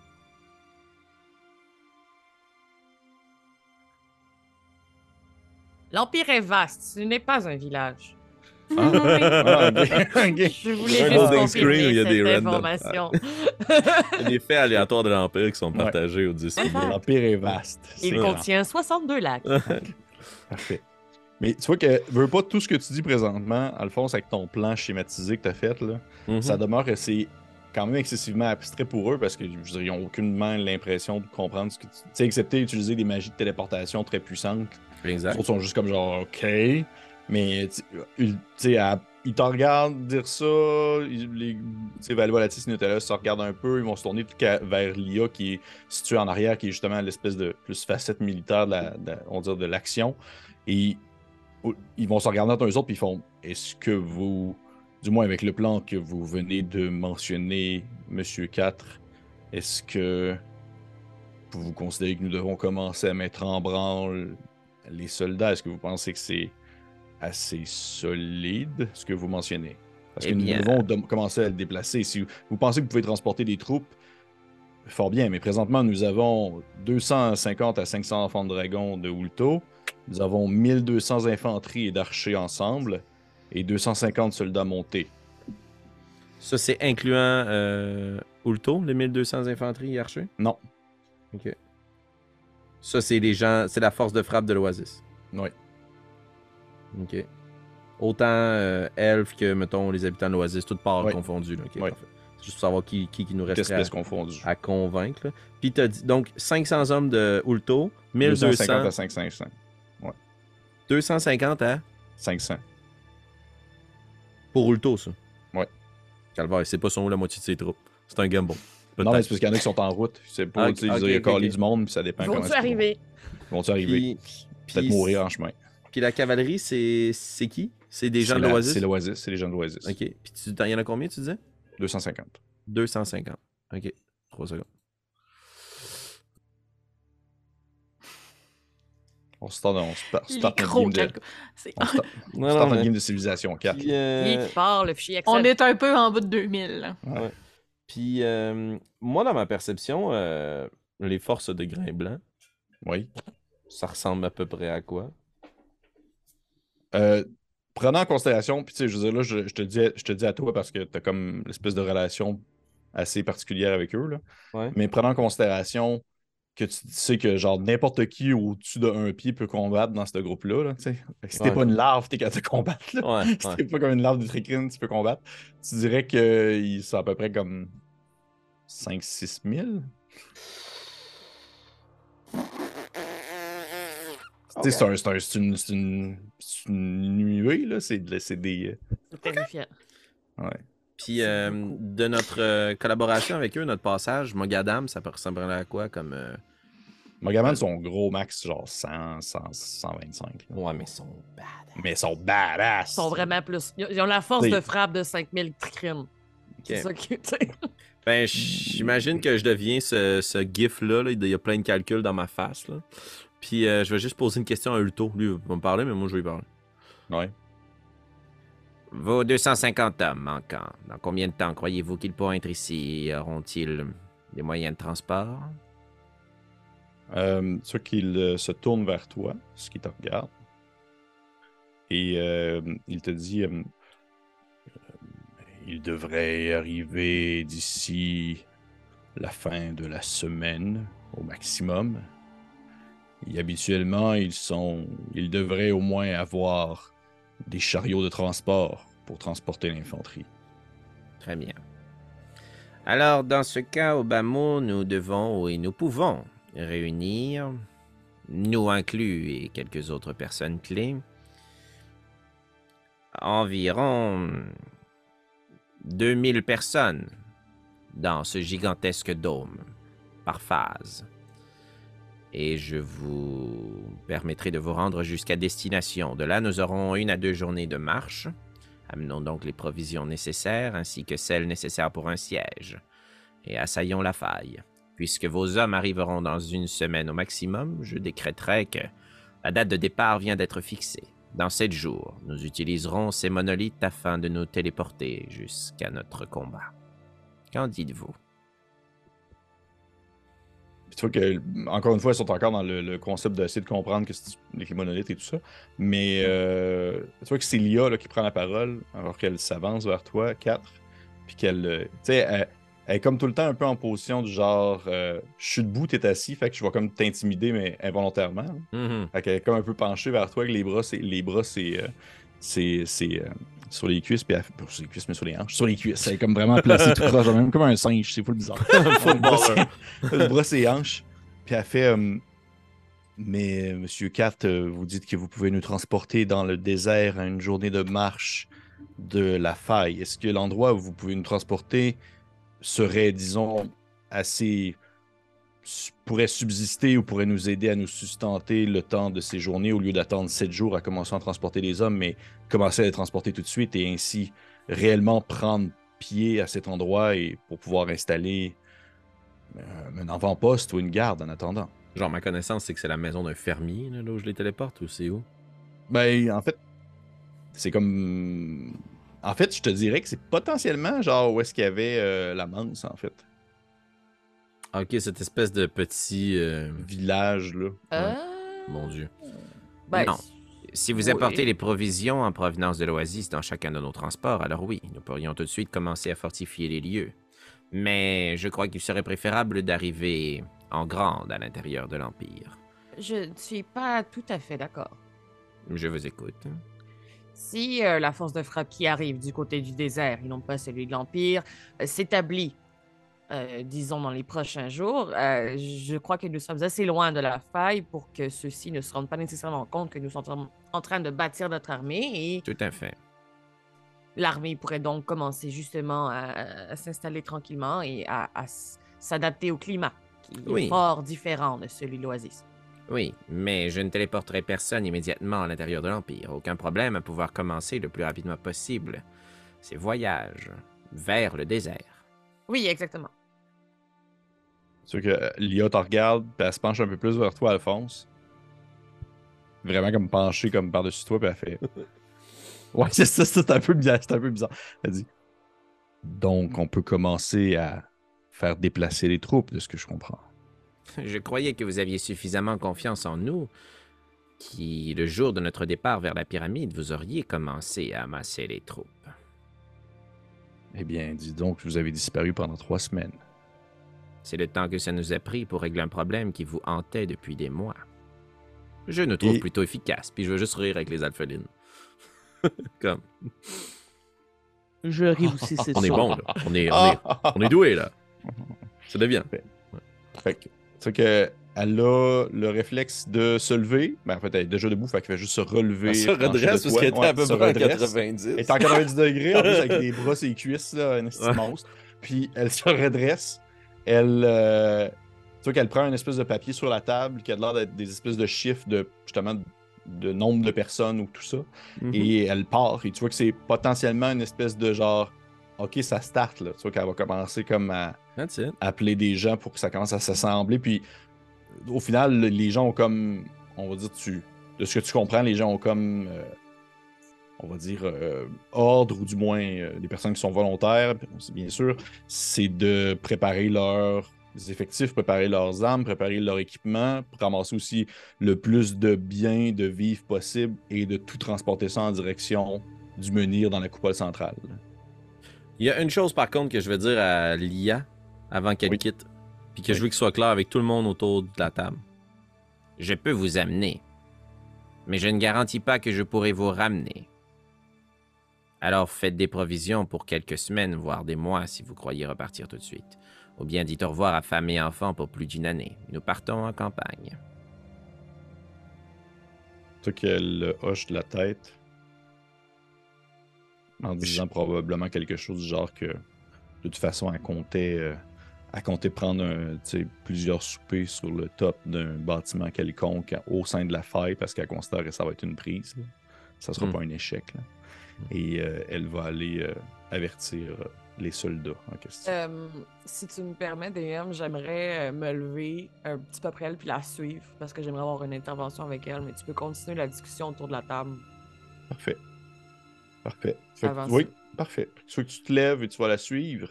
L'Empire est vaste, ce n'est pas un village. Ah, ok. Je voulais Un juste loading screen où confirmer il y a des cette random. information. Il y a des faits aléatoires de l'Empire qui sont partagés au 10 millions. L'Empire est vaste. C'est Il grand. contient 62 lacs. Parfait. Mais tu vois que, veux pas tout ce que tu dis présentement, Alphonse, avec ton plan schématisé que tu as fait, là, Mhm. ça demeure que c'est quand même excessivement abstrait pour eux parce que je veux dire, ils n'ont aucunement l'impression de comprendre ce que tu sais, excepté utiliser des magies de téléportation très puissantes. Les Exact. autres sont juste comme genre, OK. Mais tu sais, ils te regardent dire ça, tu sais, Valvolatis et Nutella se regardent un peu, ils vont se tourner vers Lia qui est située en arrière, qui est justement l'espèce de plus facette militaire on va dire, de l'action. Et ils vont se regarder entre eux autres, puis ils font, est-ce que vous, du moins avec le plan que vous venez de mentionner, Monsieur 4, est-ce que vous considérez que nous devons commencer à mettre en branle les soldats? Est-ce que vous pensez que c'est assez solide, ce que vous mentionnez? Parce Eh que nous bien- devons commencer à le déplacer. Si vous pensez que vous pouvez transporter des troupes, Fort bien, mais présentement, nous avons 250 à 500 enfants de dragon de Ulto. Nous avons 1200 infanteries et d'archers ensemble et 250 soldats montés. Ça, c'est incluant Ulto, les 1200 infanteries et archers? Non. OK. Ça, c'est les gens... C'est la force de frappe de l'Oasis. Oui. OK. Autant elfes que, mettons, les habitants de l'Oasis, toutes parts confondues. Là. OK, Oui. parfait. C'est juste pour savoir qui nous resterait Espèces confondues. à convaincre. Là. Puis t'as dit, donc, 500 hommes de Ulto, 1200... 250 à 500. 250 à... 500. Pour Ulto, ça? Ouais. Calvaire, c'est pas son la moitié de ses troupes. C'est un gamble. Non, mais c'est parce qu'il y en a qui sont en route. C'est pas, tu sais, il y a calé du monde, puis ça dépend comment Vont-tu arriver? Vont-tu arriver? Peut-être mourir en chemin. Puis la cavalerie, c'est qui? C'est des gens de l'Oasis? C'est l'Oasis, c'est les gens de l'Oasis. OK. Puis il y en a combien, tu disais? 250. 250. OK. 3 secondes. On start notre game de... C'est- On start notre game de civilisation 4. Puis, Qui part le fichier Excel? On est un peu en bas de 2000. Là. Ouais. Puis, moi, dans ma perception, les forces de Grain Blanc, Oui. ça ressemble à peu près à quoi? Prenant en considération, puis tu sais, je veux dire, là, je te dis à toi parce que tu as comme l'espèce de relation assez particulière avec eux, là. Ouais. Mais prenant en considération que tu sais que genre n'importe qui au-dessus d'un pied peut combattre dans ce groupe-là, là, tu sais. Fait que si t'es pas une larve, t'es capable de combattre, là. Ouais, Si t'es pas comme une larve de tricrine, tu peux combattre. Tu dirais que c'est à peu près comme 5-6 000? Tu sais, c'est une nuée, là. C'est des... C'est terrifiant. Ouais. Puis, de notre collaboration avec eux, notre passage, Mogadam, ça peut ressembler à quoi comme... Mogaman, son gros max, genre 125. Là. Ouais, mais ils sont badass. Mais ils sont badass. Ils sont vraiment plus. Ils ont la force T'sais. de frappe de 5000 tricrines. C'est ça que, tu sais. Ben, j'imagine que je deviens ce gif-là. Là. Il y a plein de calculs dans ma face. Là. Puis, je vais juste poser une question à Ulto. Lui, il va me parler, mais moi, je vais lui parler. Ouais. Vos 250 hommes manquants, dans combien de temps croyez-vous qu'ils pourront être ici? Auront-ils des moyens de transport? Ceux qui se tournent vers toi, ceux qui te regardent, et il te dit il devrait arriver d'ici la fin de la semaine au maximum. Et habituellement, ils devraient au moins avoir des chariots de transport pour transporter l'infanterie. Très bien. Alors, dans ce cas, au bas mot, nous devons et nous pouvons réunir, nous inclus et quelques autres personnes clés, environ 2000 personnes dans ce gigantesque dôme, par phase. Et je vous permettrai de vous rendre jusqu'à destination. De là, nous aurons 1 à 2 journées de marche. Amenons donc les provisions nécessaires, ainsi que celles nécessaires pour un siège. Et assaillons la faille. Puisque vos hommes arriveront dans 1 semaine au maximum, je décréterai que la date de départ vient d'être fixée. Dans 7 jours, nous utiliserons ces monolithes afin de nous téléporter jusqu'à notre combat. Qu'en dites-vous? Puis tu vois que, encore une fois, ils sont encore dans le concept d'essayer de comprendre que c'est les monolithes et tout ça. Mais tu vois que c'est Lia là, qui prend la parole alors qu'elle s'avance vers toi, 4. Puis qu'elle. Tu sais, elle est comme tout le temps un peu en position du genre je suis debout, t'es assis, fait que je vais comme t'intimider, mais involontairement. Fait qu'elle est comme un peu penchée vers toi, avec les bras, c'est sur les cuisses, puis pas sur les cuisses, mais sur les hanches. Sur les cuisses, elle est comme vraiment placée tout proche, même comme un singe, c'est full bizarre. Le bras, c'est hanches. Puis elle fait mais Monsieur Kat, vous dites que vous pouvez nous transporter dans le désert à une journée de marche de la faille. Est-ce que l'endroit où vous pouvez nous transporter serait, disons, assez... pourrait subsister ou pourrait nous aider à nous sustenter le temps de ces journées au lieu d'attendre 7 jours à commencer à transporter les hommes, mais commencer à les transporter tout de suite et ainsi réellement prendre pied à cet endroit et pour pouvoir installer un avant-poste ou une garde en attendant. Genre, ma connaissance, c'est que c'est la maison d'un fermier, là où je les téléporte, ou c'est où? Ben, en fait, c'est comme... En fait, je te dirais que c'est potentiellement genre où est-ce qu'il y avait la manse, en fait. Ok, cette espèce de petit... village, là. Euh... Mon Dieu. ben, Non. Si vous oui. apportez les provisions en provenance de l'Oasis dans chacun de nos transports, alors oui, nous pourrions tout de suite commencer à fortifier les lieux. Mais je crois qu'il serait préférable d'arriver en grande à l'intérieur de l'Empire. Je ne suis pas tout à fait d'accord. Je vous écoute. Si la force de frappe qui arrive du côté du désert, et non pas celui de l'Empire, s'établit, disons, dans les prochains jours, je crois que nous sommes assez loin de la faille pour que ceux-ci ne se rendent pas nécessairement compte que nous sommes en train de bâtir notre armée et Tout à fait. l'armée pourrait donc commencer justement à s'installer tranquillement et à s'adapter au climat, qui Oui. est fort différent de celui de l'Oasis. Oui, mais je ne téléporterai personne immédiatement à l'intérieur de l'Empire. Aucun problème à pouvoir commencer le plus rapidement possible ces voyages vers le désert. Oui, exactement. C'est sûr que Lia te regarde, puis elle se penche un peu plus vers toi, Alphonse. Vraiment comme penchée comme par-dessus toi, puis elle fait... Ouais, c'est ça, c'est un peu bizarre. C'est un peu bizarre. Elle dit... Donc, on peut commencer à faire déplacer les troupes, de ce que je comprends. Je croyais que vous aviez suffisamment confiance en nous, qui, le jour de notre départ vers la pyramide, vous auriez commencé à amasser les troupes. Eh bien, dis donc, vous avez disparu pendant 3 semaines. C'est le temps que ça nous a pris pour régler un problème qui vous hantait depuis des mois. Je nous trouve plutôt efficace, puis je veux juste rire avec les alphelines. Comme... Je ris aussi, c'est On est sûr. bon, là. On est doué, là. Ça devient. Fait que, c'est que elle a le réflexe de se lever. Ben, en fait, elle est déjà debout, fait qu'elle fait juste se relever. Elle se redresse parce qu'elle était à peu près à 90. Elle est en 90 degrés, en plus, avec les bras et les cuisses, là, un petit monstre. Puis elle se redresse. Elle. Tu vois qu'elle prend une espèce de papier sur la table qui a l'air d'être des espèces de chiffres de, justement, de nombre de personnes ou tout ça. Et elle part. Et tu vois que c'est potentiellement une espèce de genre, OK, ça start, là. Tu vois qu'elle va commencer comme à appeler des gens pour que ça commence à s'assembler. Puis au final, les gens ont comme, on va dire, de ce que tu comprends, les gens ont comme, on va dire, ordre, ou du moins les personnes qui sont volontaires, bien sûr, c'est de préparer leurs effectifs, préparer leurs armes, préparer leur équipement, pour ramasser aussi le plus de biens, de vivres possible et de tout transporter ça en direction du menhir dans la coupole centrale. Il y a une chose, par contre, que je veux dire à Lia avant qu'elle quitte, puis que je veux qu'il soit clair avec tout le monde autour de la table. Je peux vous amener, mais je ne garantis pas que je pourrai vous ramener. Alors faites des provisions pour quelques semaines, voire des mois, si vous croyez repartir tout de suite. Ou bien dites au revoir à femme et enfants pour plus d'une année. Nous partons en campagne. Tu sais qu'elle hoche de la tête en disant probablement quelque chose du genre que de toute façon elle comptait prendre plusieurs soupers sur le top d'un bâtiment quelconque au sein de la faille parce qu'elle considère que ça va être une prise. Là. Ça sera pas un échec. Là. Et elle va aller avertir les soldats en question. Si tu me permets, DM, j'aimerais me lever un petit peu après elle puis la suivre parce que j'aimerais avoir une intervention avec elle, mais tu peux continuer la discussion autour de la table. Parfait. Oui, parfait. Tu veux que tu te lèves et tu vas la suivre.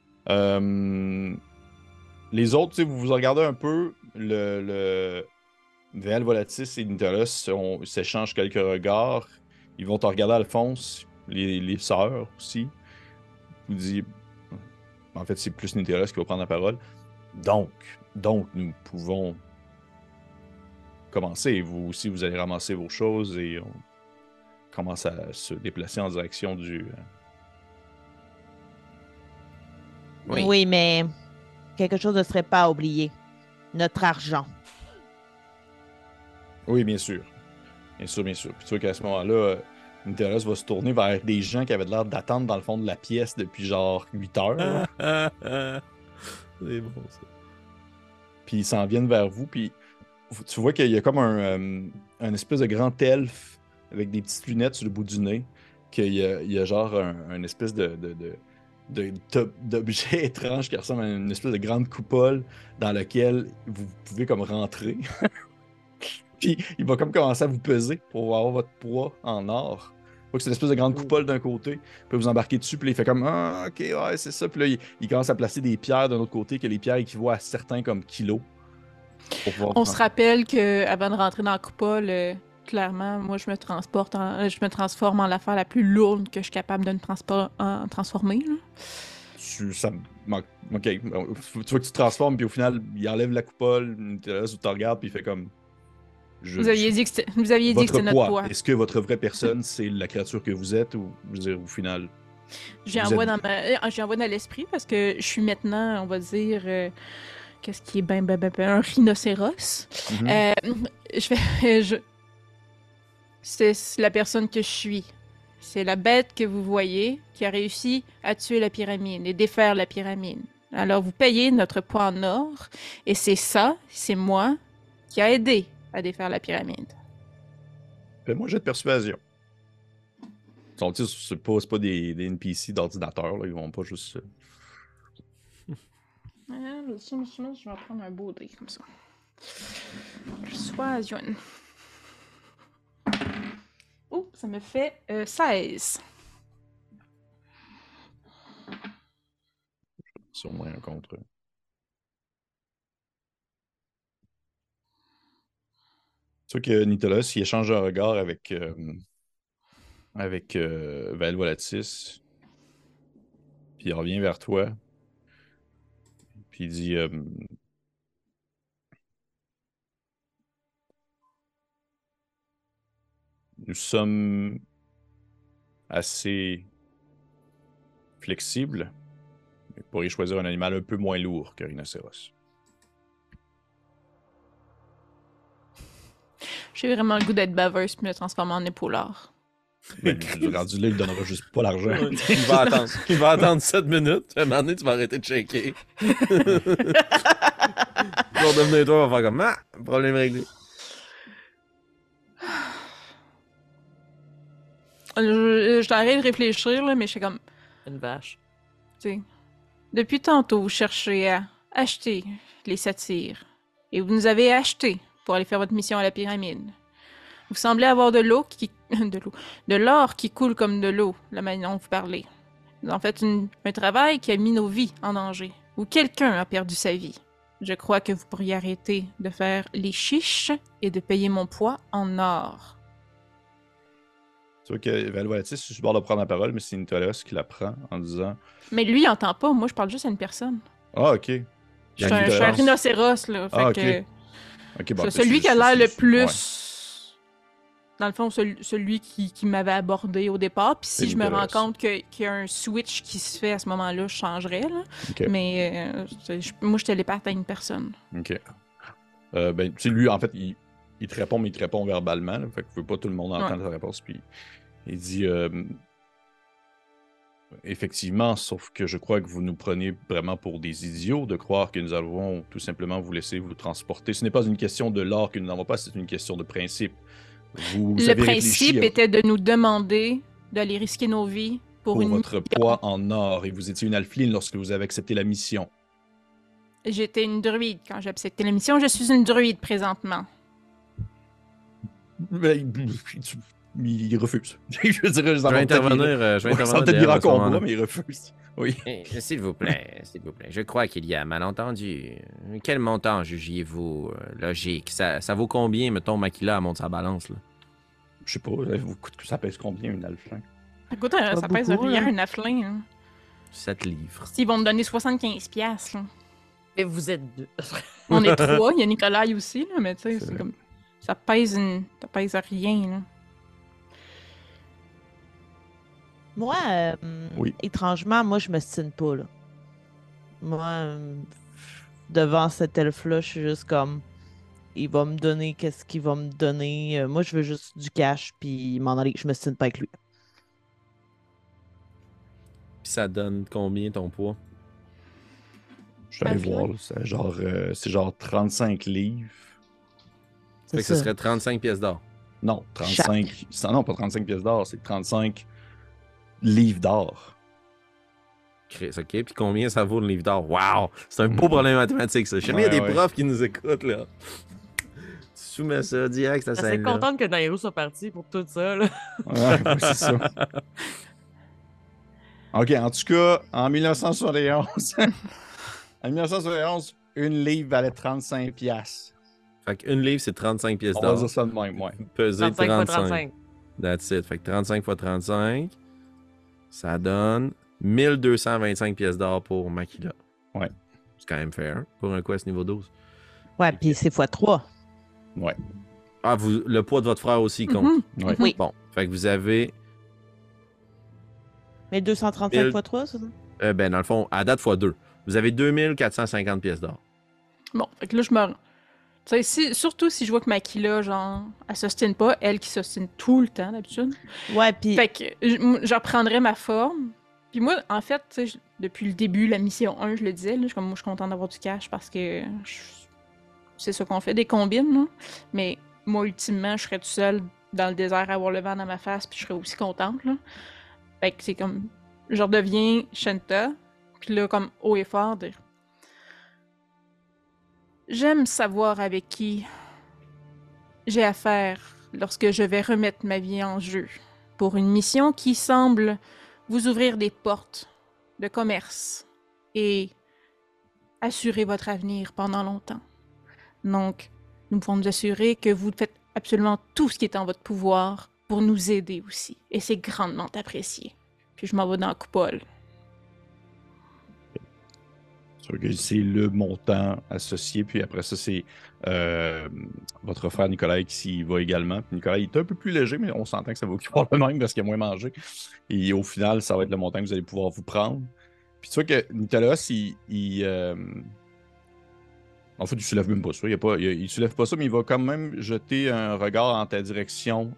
Les autres, vous vous regardez un peu. Le Véal Volatis et Nidaros s'échangent quelques regards. Ils vont te regarder, Alphonse, les sœurs aussi. Vous dites, en fait, c'est plus Nidaros qui va prendre la parole. Donc, nous pouvons commencer. Vous aussi, vous allez ramasser vos choses et on commence à se déplacer en direction du... Oui, mais quelque chose ne serait pas à oublier. Notre argent. Oui, bien sûr. Bien sûr. Puis tu vois qu'à ce moment-là, Nidaros va se tourner vers des gens qui avaient l'air d'attendre dans le fond de la pièce depuis genre 8 heures. C'est bon, ça. Puis ils s'en viennent vers vous, puis tu vois qu'il y a comme un espèce de grand elfe avec des petites lunettes sur le bout du nez, qu'il y a genre un espèce d'objet étrange qui ressemble à une espèce de grande coupole dans laquelle vous pouvez comme rentrer. Puis il va comme commencer à vous peser pour avoir votre poids en or. que c'est une espèce de grande coupole d'un côté. Puis vous embarquez dessus, puis là, il fait comme ah, ok, ouais, c'est ça. Puis là, il commence à placer des pierres d'un autre côté, que les pierres équivaut à certains comme kilos. On se rappelle qu'avant de rentrer dans la coupole, clairement, moi, je me transforme en l'affaire la plus lourde que je suis capable de me transformer. Là. Ça manque. Ok. Tu vois que tu te transformes, puis au final, il enlève la coupole, Nicolas, tu te regardes, puis il fait comme. Vous aviez dit que c'était notre poids. Est-ce que votre vraie personne, c'est la créature que vous êtes, ou je veux dire, au final. J'y envoie dans l'esprit parce que je suis maintenant, on va dire. Qu'est-ce qui est un rhinocéros. C'est la personne que je suis. C'est la bête que vous voyez qui a réussi à tuer la pyramide et défaire la pyramide. Alors vous payez notre poids en or et c'est moi qui a aidé à défaire la pyramide. Fais-moi jet de persuasion. C'est pas des NPC d'ordinateur, là. Ils vont pas juste. Je vais prendre un beau dé comme ça. Persuasion. Oh, ça me fait 16. Sûrement un contre. C'est sûr que Nitolos, il échange un regard avec Val Volatis. Puis il revient vers toi. Puis il dit nous sommes assez flexibles. Vous pourriez choisir un animal un peu moins lourd qu'un rhinocéros. J'ai vraiment le goût d'être baveuse puis me transformer en épaulard. Ben, rendu là, il donnera juste pas l'argent. Il va attendre 7 minutes. À un moment donné, tu vas arrêter de shaker. Tu vas redevenir toi, on va faire comme ah, problème réglé. Je t'arrête de réfléchir, là, mais je suis comme. Une vache. Tu sais, depuis tantôt, vous cherchez à acheter les satyres. Et vous nous avez achetés pour aller faire votre mission à la pyramide. Vous semblez avoir de l'or qui coule comme de l'eau, la manière dont vous parlez. Vous en faites un travail qui a mis nos vies en danger. Ou quelqu'un a perdu sa vie. Je crois que vous pourriez arrêter de faire les chiches et de payer mon poids en or. Tu vois que Valvolatis, je suis bord de prendre la parole, mais c'est Nitolos qui la prend en disant. Mais lui, il entend pas. Moi, je parle juste à une personne. Ah, ok. Je suis un rhinocéros, là. Ah, ok. Que... Okay, bon, c'est celui qui a l'air le plus... Ouais. Dans le fond, celui qui m'avait abordé au départ. Puis si je me rends compte qu'il y a un switch qui se fait à ce moment-là, je changerais, là. Okay. Mais moi, je télépathe à une personne. Ok. Ben, tu sais, lui, en fait, il te répond, mais il te répond verbalement. Là, fait que pas tout le monde entendre sa réponse. Puis il dit effectivement, sauf que je crois que vous nous prenez vraiment pour des idiots de croire que nous allons tout simplement vous laisser vous transporter. Ce n'est pas une question de l'or que nous n'avons pas, c'est une question de principe. Le principe était de nous demander d'aller risquer nos vies pour votre poids en or. Et vous étiez une alpheline lorsque vous avez accepté la mission. J'étais une druide quand j'ai accepté la mission. Je suis une druide présentement. Ben, il refuse. Je veux dire, je vais intervenir. Ça va peut-être virer en combat, mais il refuse. Oui. S'il vous plaît. Je crois qu'il y a malentendu. Quel montant jugiez-vous logique? Ça vaut combien, mettons, Makila monte sa balance, là? Je sais pas, ça pèse combien, une alflin? Écoute, ça pèse rien, un alflin. Hein. 7 livres. Ils vont me donner 75$. Là. Mais vous êtes deux. On est 3, il y a Nicolas aussi, là, mais tu sais, c'est comme... Ça pèse rien, là. Moi, étrangement, moi, je me stine pas, là. Moi, devant cet elfe-là, je suis juste comme... Il va me donner qu'est-ce qu'il va me donner. Moi, je veux juste du cash, puis m'en aller. Je me stine pas avec lui. Puis ça donne combien, ton poids? Je vais aller voir, là. C'est genre 35 livres. Fait que ce serait 35 pièces d'or. Non, 35... Non, pas 35 pièces d'or, c'est 35... livres d'or. OK, puis combien ça vaut le livre d'or? Wow! C'est un beau problème mathématique, ça. Je sais qu'il y a des profs qui nous écoutent, là. soumets ça direct, cette Je suis assez scène-là. contente que Nairo soit parti pour tout ça. Là. Ouais, c'est ça. OK, en tout cas, en 1971, en 1971, une livre valait 35 piastres. Fait qu'une livre, c'est 35 pièces On va d'or. dire ça de même, ouais. Peser 35 fois 35. 35. That's it. Fait que 35 fois 35, ça donne 1225 pièces d'or pour Makila. Ouais. C'est quand même fair pour un quest niveau 12. Ouais, puis c'est x3. Ouais. Ah, le poids de votre frère aussi compte. Mhm. Ouais. Oui. Bon, fait que vous avez, Mais 235 Mille- x3, c'est ça? ben dans le fond, à date x2, vous avez 2450 pièces d'or. Bon, fait que là, je me. Tu sais, surtout si je vois que Makila, genre, elle s'ostine pas, elle qui s'ostine tout le temps, d'habitude. Ouais, puis Fait que je reprendrai ma forme. Puis moi, en fait, tu sais, depuis le début, la mission 1, je le disais, là, je suis contente d'avoir du cash parce que c'est ça qu'on fait, des combines, là. Mais moi, ultimement, je serais tout seul dans le désert à avoir le vent dans ma face, puis je serais aussi contente, là. Fait que c'est comme, je redeviens Shanta, puis là, comme haut et fort, dire j'aime savoir avec qui j'ai affaire lorsque je vais remettre ma vie en jeu pour une mission qui semble vous ouvrir des portes de commerce et assurer votre avenir pendant longtemps. Donc, nous pouvons nous assurer que vous faites absolument tout ce qui est en votre pouvoir pour nous aider aussi. Et c'est grandement apprécié. Puis je m'en vais dans la coupole. Sûr que c'est le montant associé, puis après ça, c'est votre frère Nicolas qui y va également. Puis Nicolas, il est un peu plus léger, mais on s'entend que ça va occuper le même parce qu'il a moins mangé. Et au final, ça va être le montant que vous allez pouvoir vous prendre. Puis tu vois que Nicolas, en fait, il soulève même pas ça. Il soulève pas ça, mais il va quand même jeter un regard en ta direction.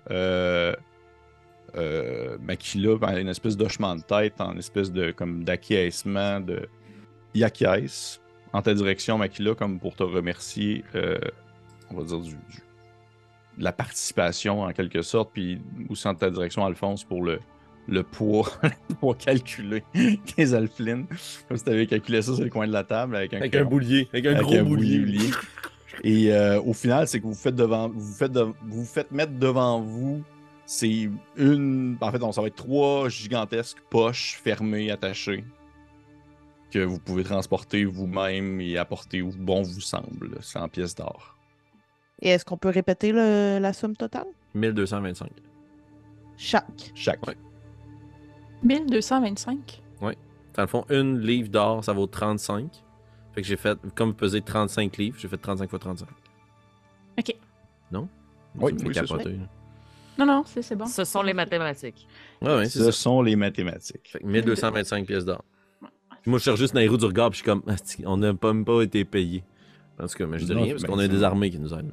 Makila, une espèce d'hochement de tête, en espèce de comme d'acquiescement, il acquiesce en ta direction, Makila, comme pour te remercier, on va dire, de la participation en quelque sorte, puis aussi en ta direction, Alphonse, pour le poids, pour calculer des alphelines. Comme si tu avais calculé ça sur le coin de la table avec un Avec crayon. un boulier. Avec un Avec gros un boulier. Et au final, c'est que vous vous faites mettre devant vous, c'est en fait, ça va être 3 gigantesques poches fermées, attachées, que vous pouvez transporter vous-même et apporter où bon vous semble, 100 pièces d'or. et est-ce qu'on peut répéter la somme totale? 1225. Chaque. Chaque. Ouais. 1225. Dans le fond, une livre d'or, ça vaut 35. Fait que j'ai fait, comme vous pesez 35 livres, j'ai fait 35 fois 35. OK. Non? Oui, Ça me fait oui, c'est capoter, là. Non, c'est bon. Ce sont les mathématiques. Ouais, c'est Ce ça. sont les mathématiques. Fait que 1225 pièces d'or. Puis moi, je cherche juste Nairo du regard, puis je suis comme, asti, on n'a même pas été payé. En tout cas, mais je dis Non, rien, parce ben, qu'on a des armées qui nous aident.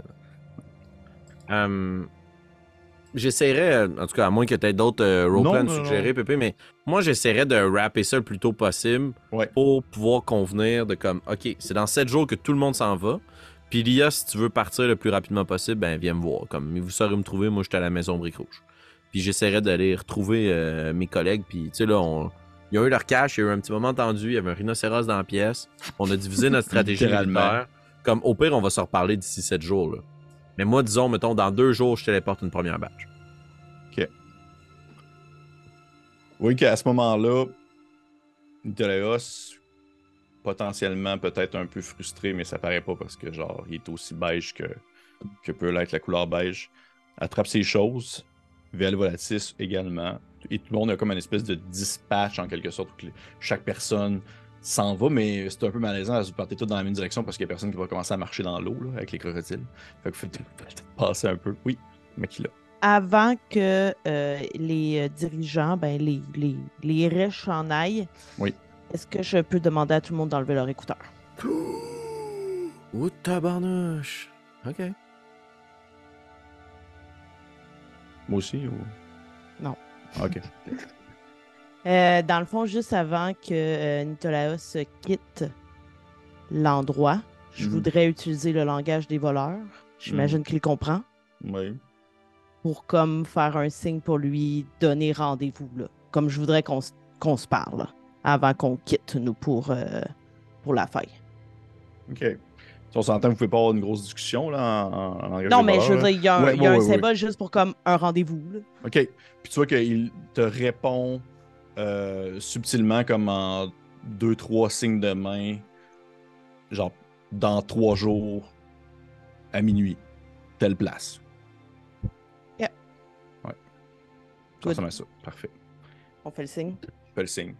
J'essaierais, en tout cas, à moins que tu aies d'autres roleplans Non, non, suggérés, Pépé, mais moi, j'essaierais de rapper ça le plus tôt possible Ouais. pour pouvoir convenir de comme, OK, c'est dans 7 jours que tout le monde s'en va. Puis Lia, si tu veux partir le plus rapidement possible, ben viens me voir. Comme vous saurez me trouver, moi, j'étais à la maison Brique Rouge. Puis j'essaierais d'aller retrouver mes collègues. Puis, tu sais, là, ils ont eu leur cash, il y a eu un petit moment tendu, il y avait un rhinocéros dans la pièce. On a divisé notre stratégie Littéralement. militaire. Comme, au pire, on va se reparler d'ici 7 jours, là. Mais moi, disons, mettons, dans 2 jours, je téléporte une première batch. Oui, qu'à ce moment-là, Nicolas, potentiellement peut-être un peu frustré, mais ça paraît pas parce que, genre, il est aussi beige que peut l'être la couleur beige, attrape ses choses, Vel Volatis également, et tout le monde a comme une espèce de dispatch en quelque sorte, où chaque personne s'en va, mais c'est un peu malaisant, vous partez tous dans la même direction parce qu'il y a personne qui va commencer à marcher dans l'eau là, avec les crocodiles. Fait que vous faites passer un peu. Oui, Makila. Avant que les dirigeants, ben les riches s'en aillent, Oui. est-ce que je peux demander à tout le monde d'enlever leur écouteur? Oh, tabarnouche! OK. Moi aussi ou... Non. Ok. Dans le fond, juste avant que Nitolaos quitte l'endroit, je Mhm. voudrais utiliser le langage des voleurs. J'imagine qu'il comprend. Oui. Pour comme faire un signe pour lui donner rendez-vous, là. Comme je voudrais qu'on se parle, là, avant qu'on quitte, nous, pour la faille. OK. Si on s'entend, vous pouvez pas avoir une grosse discussion là, en langage Non, des mais je voleurs, veux là. dire, il y a un, Ouais, il y a ouais, un ouais, ouais. symbole juste pour comme un rendez-vous. Là. OK. Puis tu vois qu'il te répond subtilement comme en 2-3 signes de main, genre dans 3 jours, à minuit, telle place. Yep. Ouais. Ça Good. ressemble à ça. Parfait. On fait le signe. Fais le signe.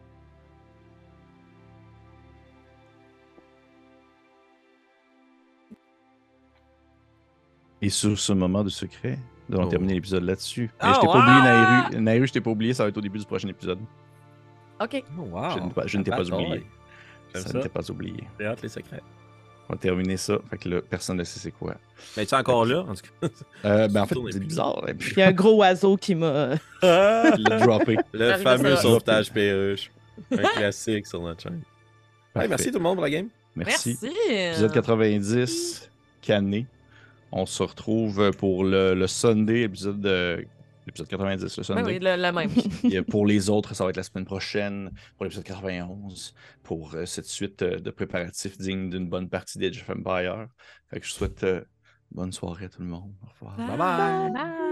Et sur ce moment de secret, nous allons Oh. terminer l'épisode là-dessus. Mais Oh, je t'ai pas wow! oublié, Nairu. Nairu, je t'ai pas oublié, ça va être au début du prochain épisode. OK. Oh, wow. Je ne t'ai pas oublié. J'aime Ça ça. ne t'ai pas oublié. J'ai hâte les secrets. On va terminer ça. Fait que là, personne ne sait c'est quoi. Mais tu es encore là, en tout cas. Ben en fait, Tourne c'est plus. bizarre. Et puis, Il y a un gros oiseau qui m'a. il l'a droppé. Le J'arrive fameux à ça. sauvetage perruche. Un classique sur notre chaîne. Hey, Parfait. merci tout le monde pour la game. Merci. Merci. Épisode 90, Cané. On se retrouve pour le Sunday, l'épisode 90, le Oui, Sunday. oui, la même. Et pour les autres, ça va être la semaine prochaine, pour l'épisode 91, pour cette suite de préparatifs dignes d'une bonne partie d'Age of Empire. Fait que je souhaite bonne soirée à tout le monde. Au revoir. Bye bye! Bye.